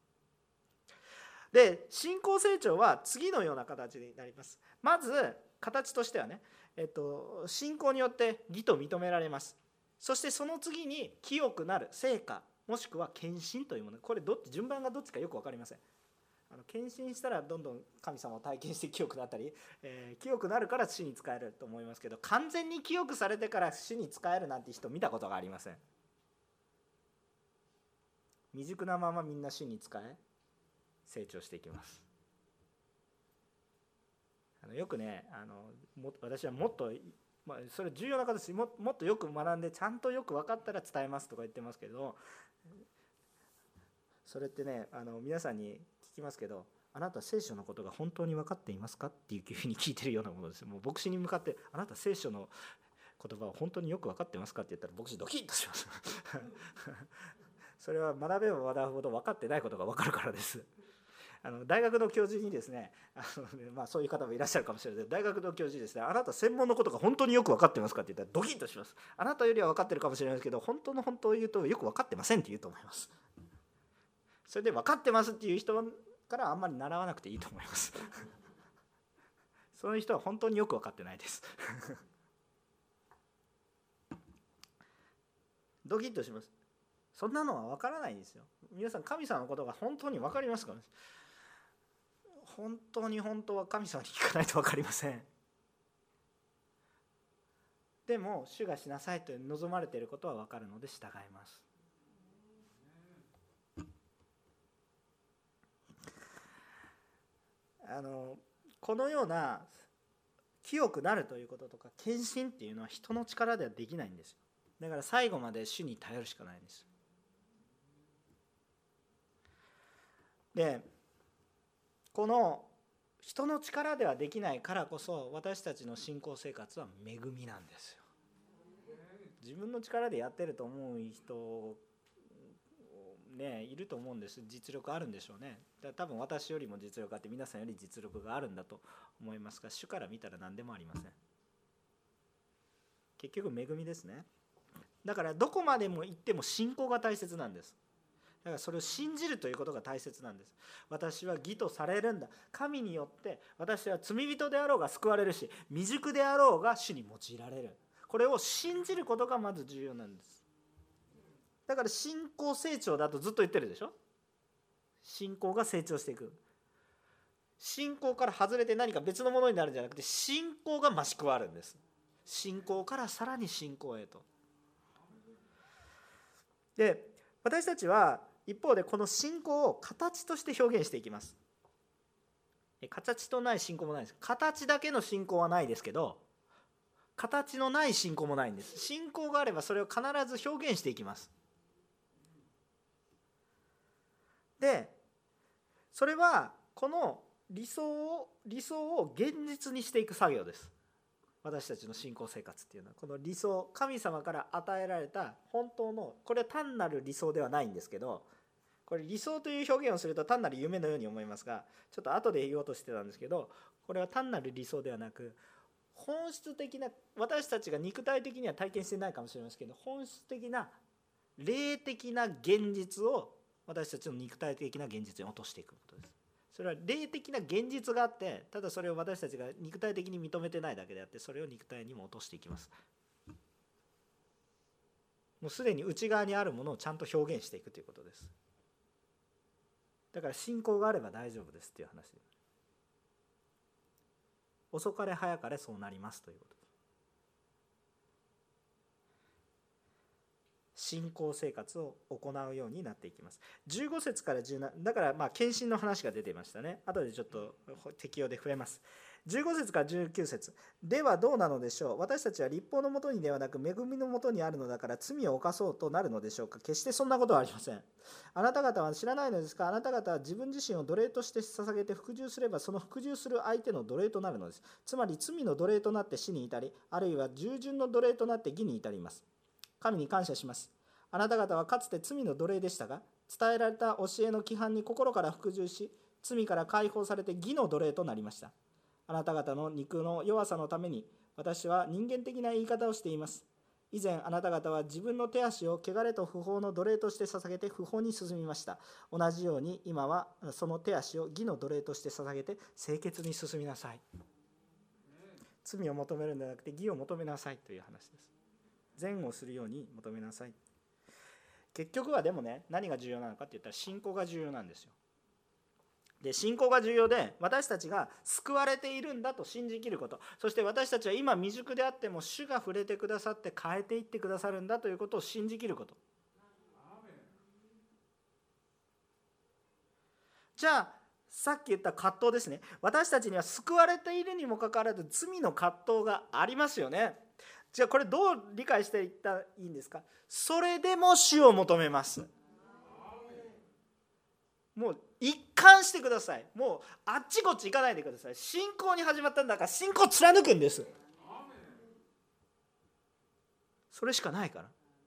A: で信仰成長は次のような形になります。まず形としてはね、信仰によって義と認められます。そしてその次に清くなる成果、もしくは献身というもの。これ順番がどっちかよく分かりません。献身したらどんどん神様を体験して清くなったり、清くなるから死に仕えると思いますけど、完全に清くされてから死に仕えるなんて人見たことがありません。未熟なままみんな死に仕え成長していきます。よくね、私はもっと、それ重要なことです。もっとよく学んでちゃんとよく分かったら伝えますとか言ってますけど、それってね、皆さんに聞きますけど、あなた聖書のことが本当に分かっていますかっていうふうに聞いてるようなものです。もう牧師に向かって、あなた聖書の言葉を本当によく分かってますかって言ったら牧師ドキッとしますそれは学べば学ぶほど分かってないことが分かるからです。大学の教授にですね、そういう方もいらっしゃるかもしれない。大学の教授にですね、あなた専門のことが本当によく分かってますかって言ったらドキッとします。あなたよりは分かってるかもしれないですけど、本当を言うとよく分かってませんって言うと思います。それで分かってますっていう人からあんまり習わなくていいと思いますそういう人は本当によく分かってないですドキッとします。そんなのは分からないんですよ。皆さん、神様のことが本当に分かりますか？本当は神様に聞かないと分かりません。でも主がしなさいと望まれていることは分かるので従います。このような清くなるということとか献身っていうのは人の力ではできないんですよ。だから最後まで主に頼るしかないんです。で、この人の力ではできないからこそ私たちの信仰生活は恵みなんですよ。自分の力でやってると思う人ね、いると思うんです。実力あるんでしょうね。多分私よりも実力あって皆さんより実力があるんだと思いますが、主から見たら何でもありません。結局恵みですね。だからどこまでも行っても信仰が大切なんです。だからそれを信じるということが大切なんです。私は義とされるんだ。神によって私は罪人であろうが救われるし、未熟であろうが主に用いられる。これを信じることがまず重要なんです。だから信仰成長だとずっと言ってるでしょ。信仰が成長していく。信仰から外れて何か別のものになるんじゃなくて、信仰が増し加わるんです。信仰からさらに信仰へと。で、私たちは一方でこの信仰を形として表現していきます。形とない信仰もないです。形だけの信仰はないですけど、形のない信仰もないんです。信仰があればそれを必ず表現していきます。で、それはこの理想を現実にしていく作業です。私たちの信仰生活っていうのはこの理想、神様から与えられた本当の、これは単なる理想ではないんですけど、これ理想という表現をすると単なる夢のように思いますが、ちょっと後で言おうとしてたんですけど、これは単なる理想ではなく、本質的な、私たちが肉体的には体験してないかもしれませんけど、本質的な霊的な現実を私たちの肉体的な現実に落としていくことです。それは霊的な現実があって、ただそれを私たちが肉体的に認めてないだけであって、それを肉体にも落としていきます。もうすでに内側にあるものをちゃんと表現していくということです。だから信仰があれば大丈夫ですっていう話。遅かれ早かれそうなりますということです。信仰生活を行うようになっていきます。15節から17、だから献身の話が出ていましたね。後でちょっと適用で触れます。15節から19節ではどうなのでしょう。私たちは律法のもとにではなく恵みのもとにあるのだから罪を犯そうとなるのでしょうか。決してそんなことはありません。あなた方は知らないのですか。あなた方は自分自身を奴隷として捧げて服従すれば、その服従する相手の奴隷となるのです。つまり罪の奴隷となって死に至り、あるいは従順の奴隷となって義に至ります。神に感謝します。あなた方はかつて罪の奴隷でしたが、伝えられた教えの規範に心から服従し、罪から解放されて義の奴隷となりました。あなた方の肉の弱さのために、私は人間的な言い方をしています。以前あなた方は自分の手足を汚れと不法の奴隷として捧げて不法に進みました。同じように今はその手足を義の奴隷として捧げて清潔に進みなさい。罪を求めるのではなくて義を求めなさいという話です。善をするように求めなさい。結局はでもね、何が重要なのかって言ったら信仰が重要なんですよ。で、信仰が重要で、私たちが救われているんだと信じきること、そして私たちは今未熟であっても主が触れてくださって変えていってくださるんだということを信じきること。じゃあさっき言った葛藤ですね。私たちには救われているにもかかわらず罪の葛藤がありますよね。じゃあこれどう理解していったらいいんですか。それでも主を求めます。もう一貫してください。もうあっちこっち行かないでください。信仰に始まったんだから信仰を貫くんです。 それしかないから。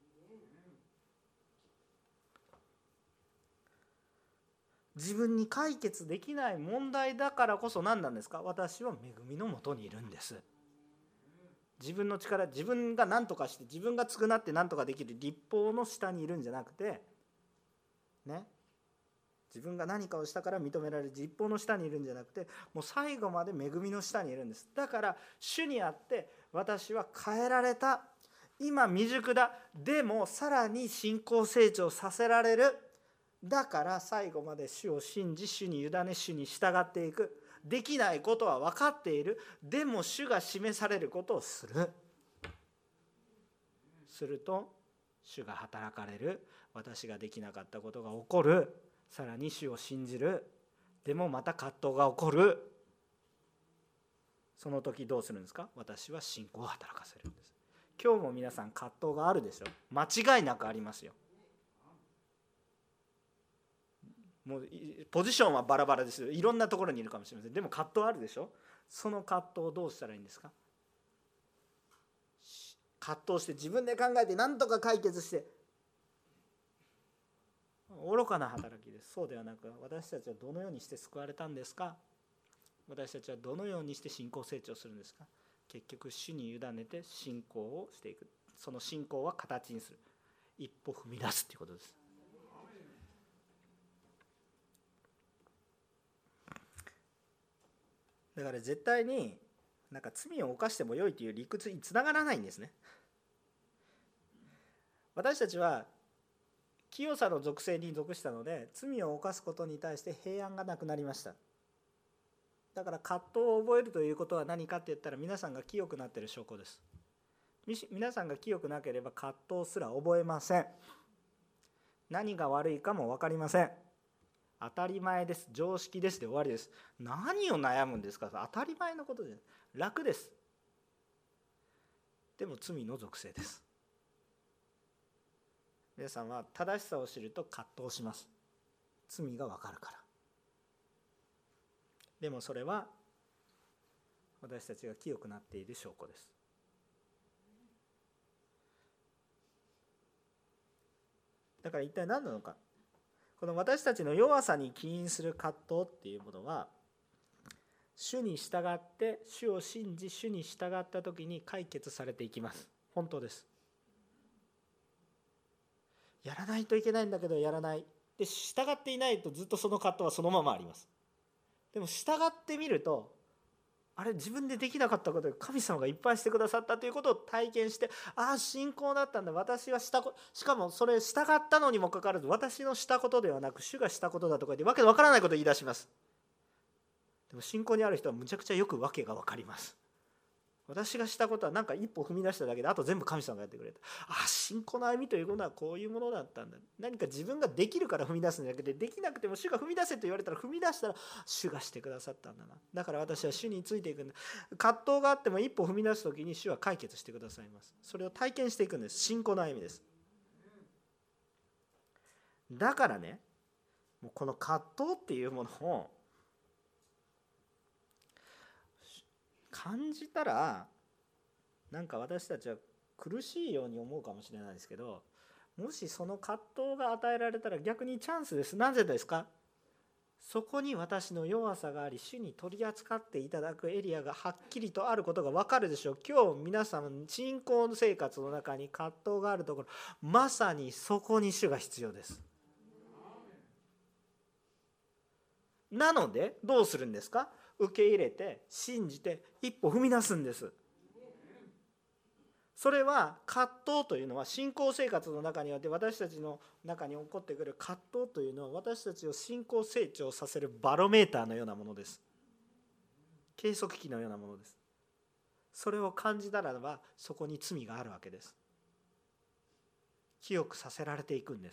A: 自分に解決できない問題だからこそ何なんですか？私は恵みのもとにいるんです。自分の力、自分が何とかして自分が償って何とかできる律法の下にいるんじゃなくてね、自分が何かをしたから認められる律法の下にいるんじゃなくて、もう最後まで恵みの下にいるんです。だから主にあって私は変えられた、今未熟だ、でもさらに信仰成長させられる。だから最後まで主を信じ、主に委ね、主に従っていく。できないことは分かっている。でも主が示されることをする。すると主が働かれる。私ができなかったことが起こる。さらに主を信じる。でもまた葛藤が起こる。その時どうするんですか？私は信仰を働かせるんです。今日も皆さん葛藤があるでしょ。間違いなくありますよ。もうポジションはバラバラですよ。いろんなところにいるかもしれません。でも葛藤あるでしょ。その葛藤をどうしたらいいんですか？葛藤して自分で考えて何とか解決して愚かな働きです。そうではなく、私たちはどのようにして救われたんですか？私たちはどのようにして信仰成長するんですか？結局主に委ねて信仰をしていく。その信仰は形にする。一歩踏み出すということです。だから絶対になんか罪を犯してもよいという理屈につながらないんですね。私たちは清さの属性に属したので、罪を犯すことに対して平安がなくなりました。だから葛藤を覚えるということは何かって言ったら、皆さんが清くなっている証拠です。皆さんが清くなければ葛藤すら覚えません。何が悪いかも分かりません。当たり前です、常識ですで終わりです。何を悩むんですか？当たり前のことで楽です。でも罪の属性です。皆さんは正しさを知ると葛藤します。罪が分かるから。でもそれは私たちが清くなっている証拠です。だから一体何なのか。この私たちの弱さに起因する葛藤っていうものは、主に従って主を信じ主に従った時に解決されていきます。本当です。やらないといけないんだけどやらない。で従っていないとずっとその葛藤はそのままあります。でも従ってみると、あれ自分でできなかったことを神様がいっぱいしてくださったということを体験して、ああ信仰だったんだ、私はしたこと、しかもそれ従ったのにもかかわらず私のしたことではなく主がしたことだとか言ってわけのわからないことを言い出します。でも信仰にある人はむちゃくちゃよくわけがわかります。私がしたことはなんか一歩踏み出しただけで、あと全部神様がやってくれた。ああ信仰の歩みということはこういうものだったんだ。何か自分ができるから踏み出すんじゃなくて、できなくても主が踏み出せと言われたら踏み出したら主がしてくださったんだな。だから私は主についていくんだ。葛藤があっても一歩踏み出す時に主は解決してくださいます。それを体験していくんです。信仰の歩みです。だからね、もうこの葛藤っていうものを感じたら、なんか私たちは苦しいように思うかもしれないですけど、もしその葛藤が与えられたら逆にチャンスです。なぜですか？そこに私の弱さがあり、主に取り扱っていただくエリアがはっきりとあることが分かるでしょう。今日皆さん信仰生活の中に葛藤があるところ、まさにそこに主が必要です。なのでどうするんですか？受け入れて信じて一歩踏み出すんです。それは葛藤というのは、信仰生活の中にあって私たちの中に起こってくる葛藤というのは、私たちを信仰成長させるバロメーターのようなものです。計測器のようなものです。それを感じたならばそこに罪があるわけです。清くさせられていくんです。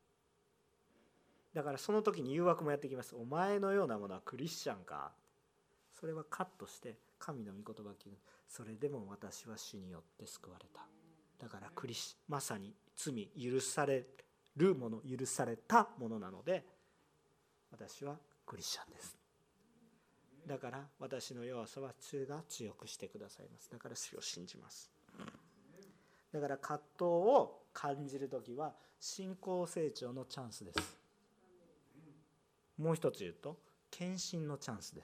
A: だからその時に誘惑もやってきます。お前のようなものはクリスチャンか。それはカットして神の御言葉を聞く。それでも私は主によって救われた。だからまさに罪許されるもの、許されたものなので、私はクリスチャンです。だから私の弱さは主が強くしてくださいます。だから主を信じます。 だから葛藤を感じるときは信仰成長のチャンスです。もう一つ言うと献身のチャンスです。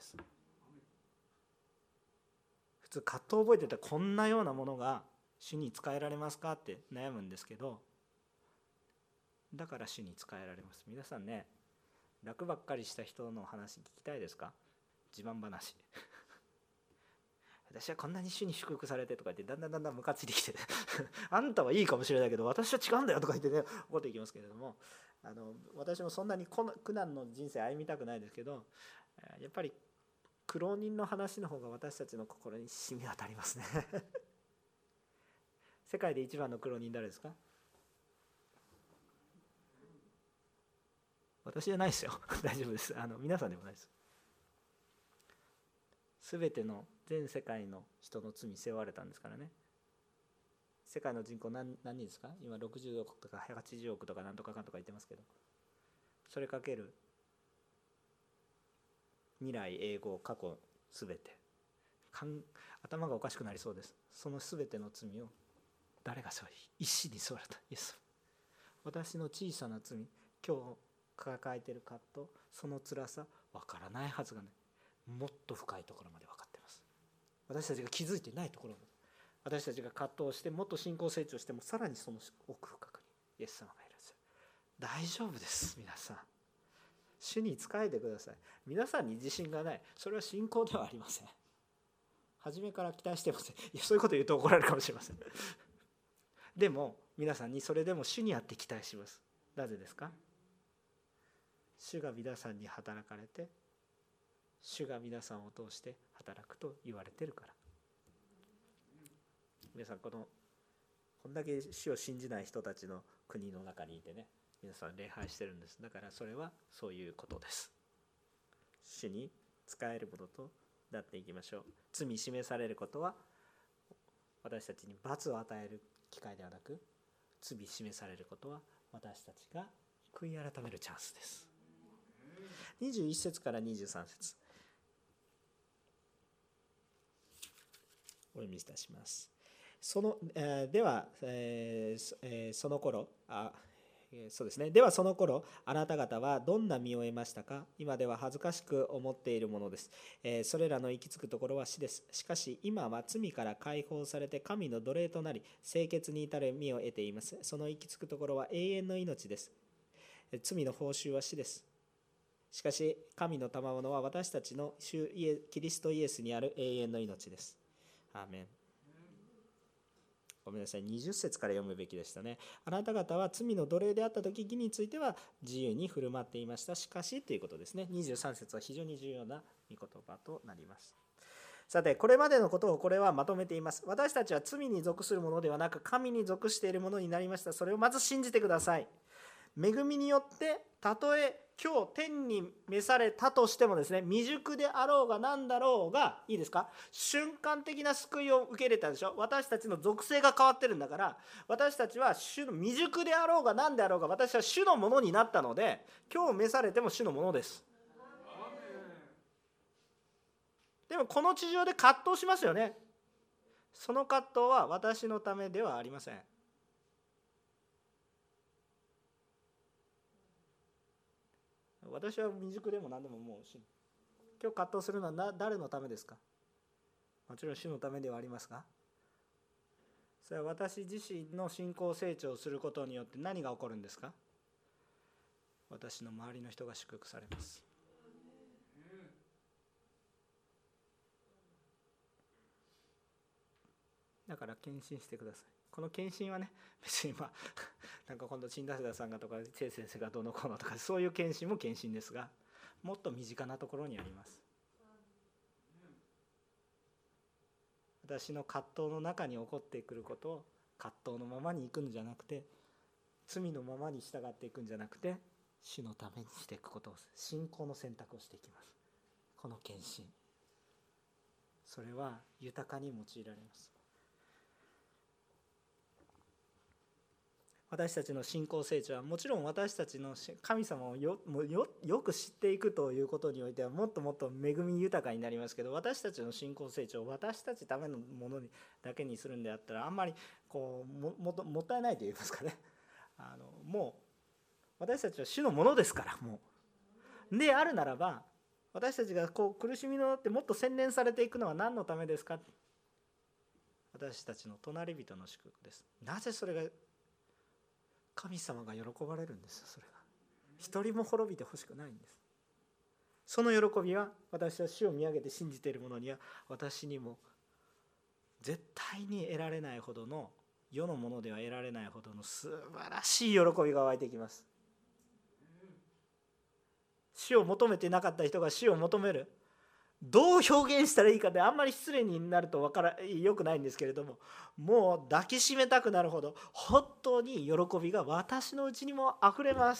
A: 普通葛藤を覚えてたらこんなようなものが主に仕えられますかって悩むんですけど、だから主に仕えられます。皆さんね、楽ばっかりした人の話聞きたいですか？自慢話私はこんなに主に祝福されてとか言ってだんだんムカついてきてあんたはいいかもしれないけど私は違うんだよとか言ってね怒っていきますけれども、私もそんなに苦難の人生歩みたくないですけど、やっぱり苦労人の話の方が私たちの心に染み渡りますね世界で一番の苦労人誰ですか？私じゃないですよ大丈夫です。皆さんでもないです。すべての全世界の人の罪背負われたんですからね。世界の人口何人ですか？今60億とか180億とかなんとかかんとか言ってますけど、それかける未来永劫過去すべて頭がおかしくなりそうです。そのすべての罪を誰が背負い一身に背負われたイエス。私の小さな罪、今日抱えている葛藤、その辛さ分からないはずがない。もっと深いところまで分かっています。私たちが気づいていないところまで、私たちが葛藤してもっと信仰成長してもさらにその奥深くにイエス様がいらっしゃる。大丈夫です。皆さん主に仕えてください。皆さんに自信がない、それは信仰ではありません。初めから期待してません。いやそういうこと言うと怒られるかもしれませんでも皆さんにそれでも主にあって期待します。なぜですか？主が皆さんに働かれて、主が皆さんを通して働くと言われているから。皆さんこんだけ主を信じない人たちの国の中にいてね、皆さん礼拝してるんです。だからそれはそういうことです。主に仕えるものとなっていきましょう。罪示されることは私たちに罰を与える機会ではなく、罪示されることは私たちが悔い改めるチャンスです。21節から23節お読みいたします。ではその頃そうですね。ではその頃あなた方はどんな身を得ましたか？今では恥ずかしく思っているものです。それらの行き着くところは死です。しかし今は罪から解放されて神の奴隷となり、清潔に至る身を得ています。その行き着くところは永遠の命です。罪の報酬は死です。しかし神の賜物は私たちの主キリストイエスにある永遠の命です。アーメン。ごめんなさい、20節から読むべきでしたね。あなた方は罪の奴隷であった時義については自由に振る舞っていました。しかしということですね。23節は非常に重要な御言葉となります。さてこれまでのことをこれはまとめています。私たちは罪に属するものではなく神に属しているものになりました。それをまず信じてください。恵みによってたとえ今日天に召されたとしてもですね、未熟であろうが何だろうが、いいですか、瞬間的な救いを受け入れたでしょ。私たちの属性が変わってるんだから、私たちは主の未熟であろうが何であろうが、私は主のものになったので、今日召されても主のものです。でもこの地上で葛藤しますよね。その葛藤は私のためではありません。私は未熟でも何でももう今日葛藤するのは誰のためですか？もちろん主のためではありますが、それは私自身の信仰成長することによって何が起こるんですか？私の周りの人が祝福されます。だから献身してください。この献身はね、別になんか今度陳田さんがとか聖先生がどうのこうのとかそういう献身も献身ですが、もっと身近なところにあります。私の葛藤の中に起こってくることを葛藤のままにいくんじゃなくて、罪のままに従っていくんじゃなくて、主のためにしていくことを、信仰の選択をしていきます。この献身、それは豊かに用いられます。 私たちの信仰成長はもちろん私たちの神様をよく知っていくということにおいてはもっともっと恵み豊かになりますけど、私たちの信仰成長を私たちためのものだけにするんであったらあんまりこう もったいないと言いますかね、もう私たちは主のものですから、もうであるならば私たちがこう苦しみのってもっと洗練されていくのは何のためですか。私たちの隣人の祝福です。なぜそれが神様が喜ばれるんですよ。それが一人も滅びてほしくないんです。その喜びは私は主を見上げて信じている者には私にも絶対に得られないほどの、世のものでは得られないほどの素晴らしい喜びが湧いてきます。主を求めてなかった人が主を求める、どう表現したらいいかであんまり失礼になるとよくないんですけれども、もう抱きしめたくなるほど本当に喜びが私のうちにもあふれます。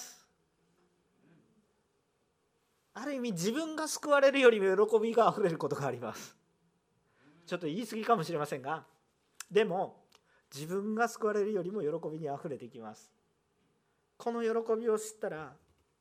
A: ある意味自分が救われるよりも喜びがあふれることがあります。ちょっと言い過ぎかもしれませんが、でも自分が救われるよりも喜びにあふれてきます。この喜びを知ったら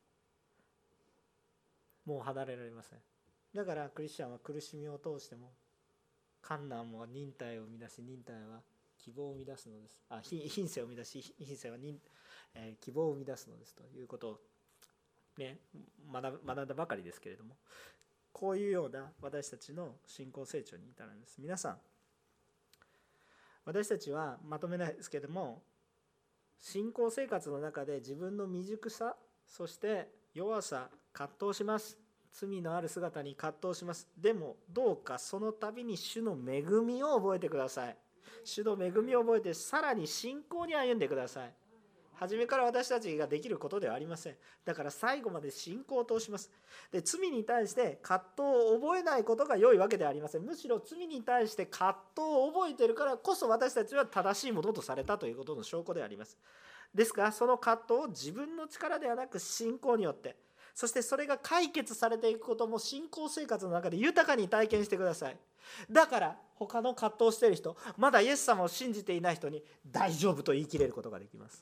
A: もう離れられません。だからクリスチャンは苦しみを通しても困難も忍耐を生み出し、忍耐は希望を生み出すのです。品性を生み出し、品性は希望を生み出すのですということを、ね、学んだばかりですけれども、こういうような私たちの信仰成長に至るんです。皆さん、私たちはまとめないですけれども、信仰生活の中で自分の未熟さ、そして弱さ、葛藤します。罪のある姿に葛藤します。でもどうかその度に主の恵みを覚えてください。主の恵みを覚えてさらに信仰に歩んでください。初めから私たちができることではありません。だから最後まで信仰を通します。で、罪に対して葛藤を覚えないことが良いわけではありません。むしろ罪に対して葛藤を覚えているからこそ私たちは正しいものとされたということの証拠であります。ですからその葛藤を自分の力ではなく信仰によって、そしてそれが解決されていくことも信仰生活の中で豊かに体験してください。だから他の葛藤している人、まだイエス様を信じていない人に大丈夫と言い切れることができます。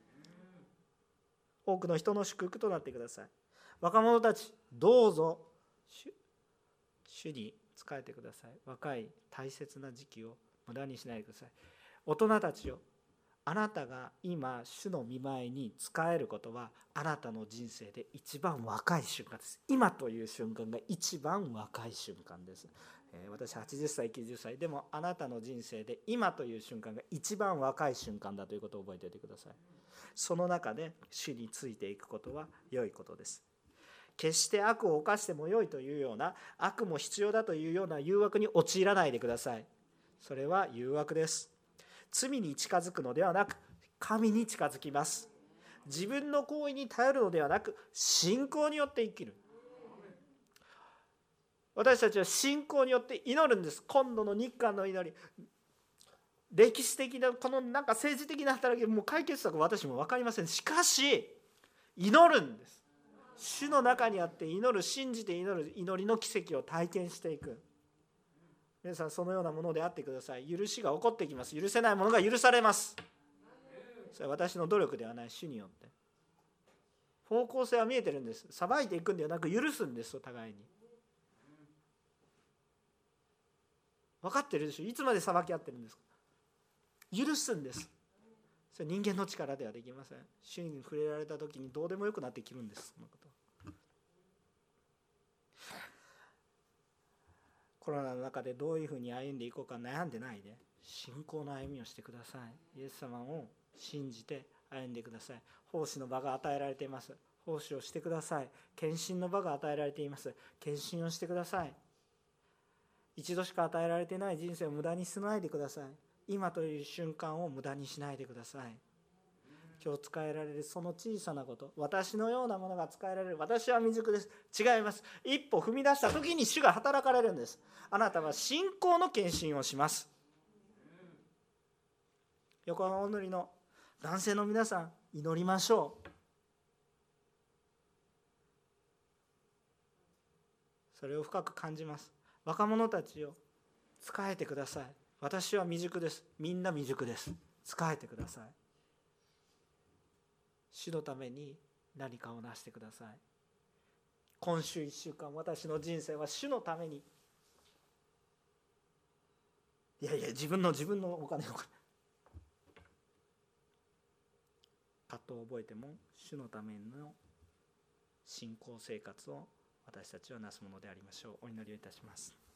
A: 多くの人の祝福となってください。若者たち、どうぞ主に仕えてください。若い大切な時期を無駄にしないでください。大人たちよ、あなたが今主の御前に仕えることはあなたの人生で一番若い瞬間です。今という瞬間が一番若い瞬間です。私80歳90歳でもあなたの人生で今という瞬間が一番若い瞬間だということを覚えておいてください。その中で主についていくことは良いことです。決して悪を犯しても良いというような、悪も必要だというような誘惑に陥らないでください。それは誘惑です。罪に近づくのではなく神に近づきます。自分の行為に頼るのではなく信仰によって生きる。私たちは信仰によって祈るんです。今度の日韓の祈り、歴史的なこのなんか政治的な働き、もう解決策は私も分かりません。しかし祈るんです。主の中にあって祈る、信じて祈る祈りの奇跡を体験していく。皆さんそのようなものであってください。許しが起こってきます。許せないものが許されます。それは私の努力ではない、主によって方向性は見えてるんです。裁いていくんではなく許すんです。お互いに分かってるでしょ。いつまで裁き合ってるんですか。許すんです。それ人間の力ではできません。主に触れられた時にどうでもよくなってきるんです。そのことコロナの中でどういうふうに歩んでいこうか悩んでないで、信仰の歩みをしてください。イエス様を信じて歩んでください。奉仕の場が与えられています。奉仕をしてください。献身の場が与えられています。献身をしてください。一度しか与えられていない人生を無駄にしないでください。今という瞬間を無駄にしないでください。今日使えられるその小さなこと、私のようなものが使えられる。私は未熟です。違います。一歩踏み出した時に主が働かれるんです。あなたは信仰の献身をします。横浜お祈りの男性の皆さん、祈りましょう。それを深く感じます。若者たちを仕えてください。私は未熟です。みんな未熟です。仕えてください。 主のために何かをなしてください。今週1週間、私の人生は主のために、いやいや自分のお金を葛藤を覚えても主のための信仰生活を私たちはなすものでありましょう。お祈りをいたします。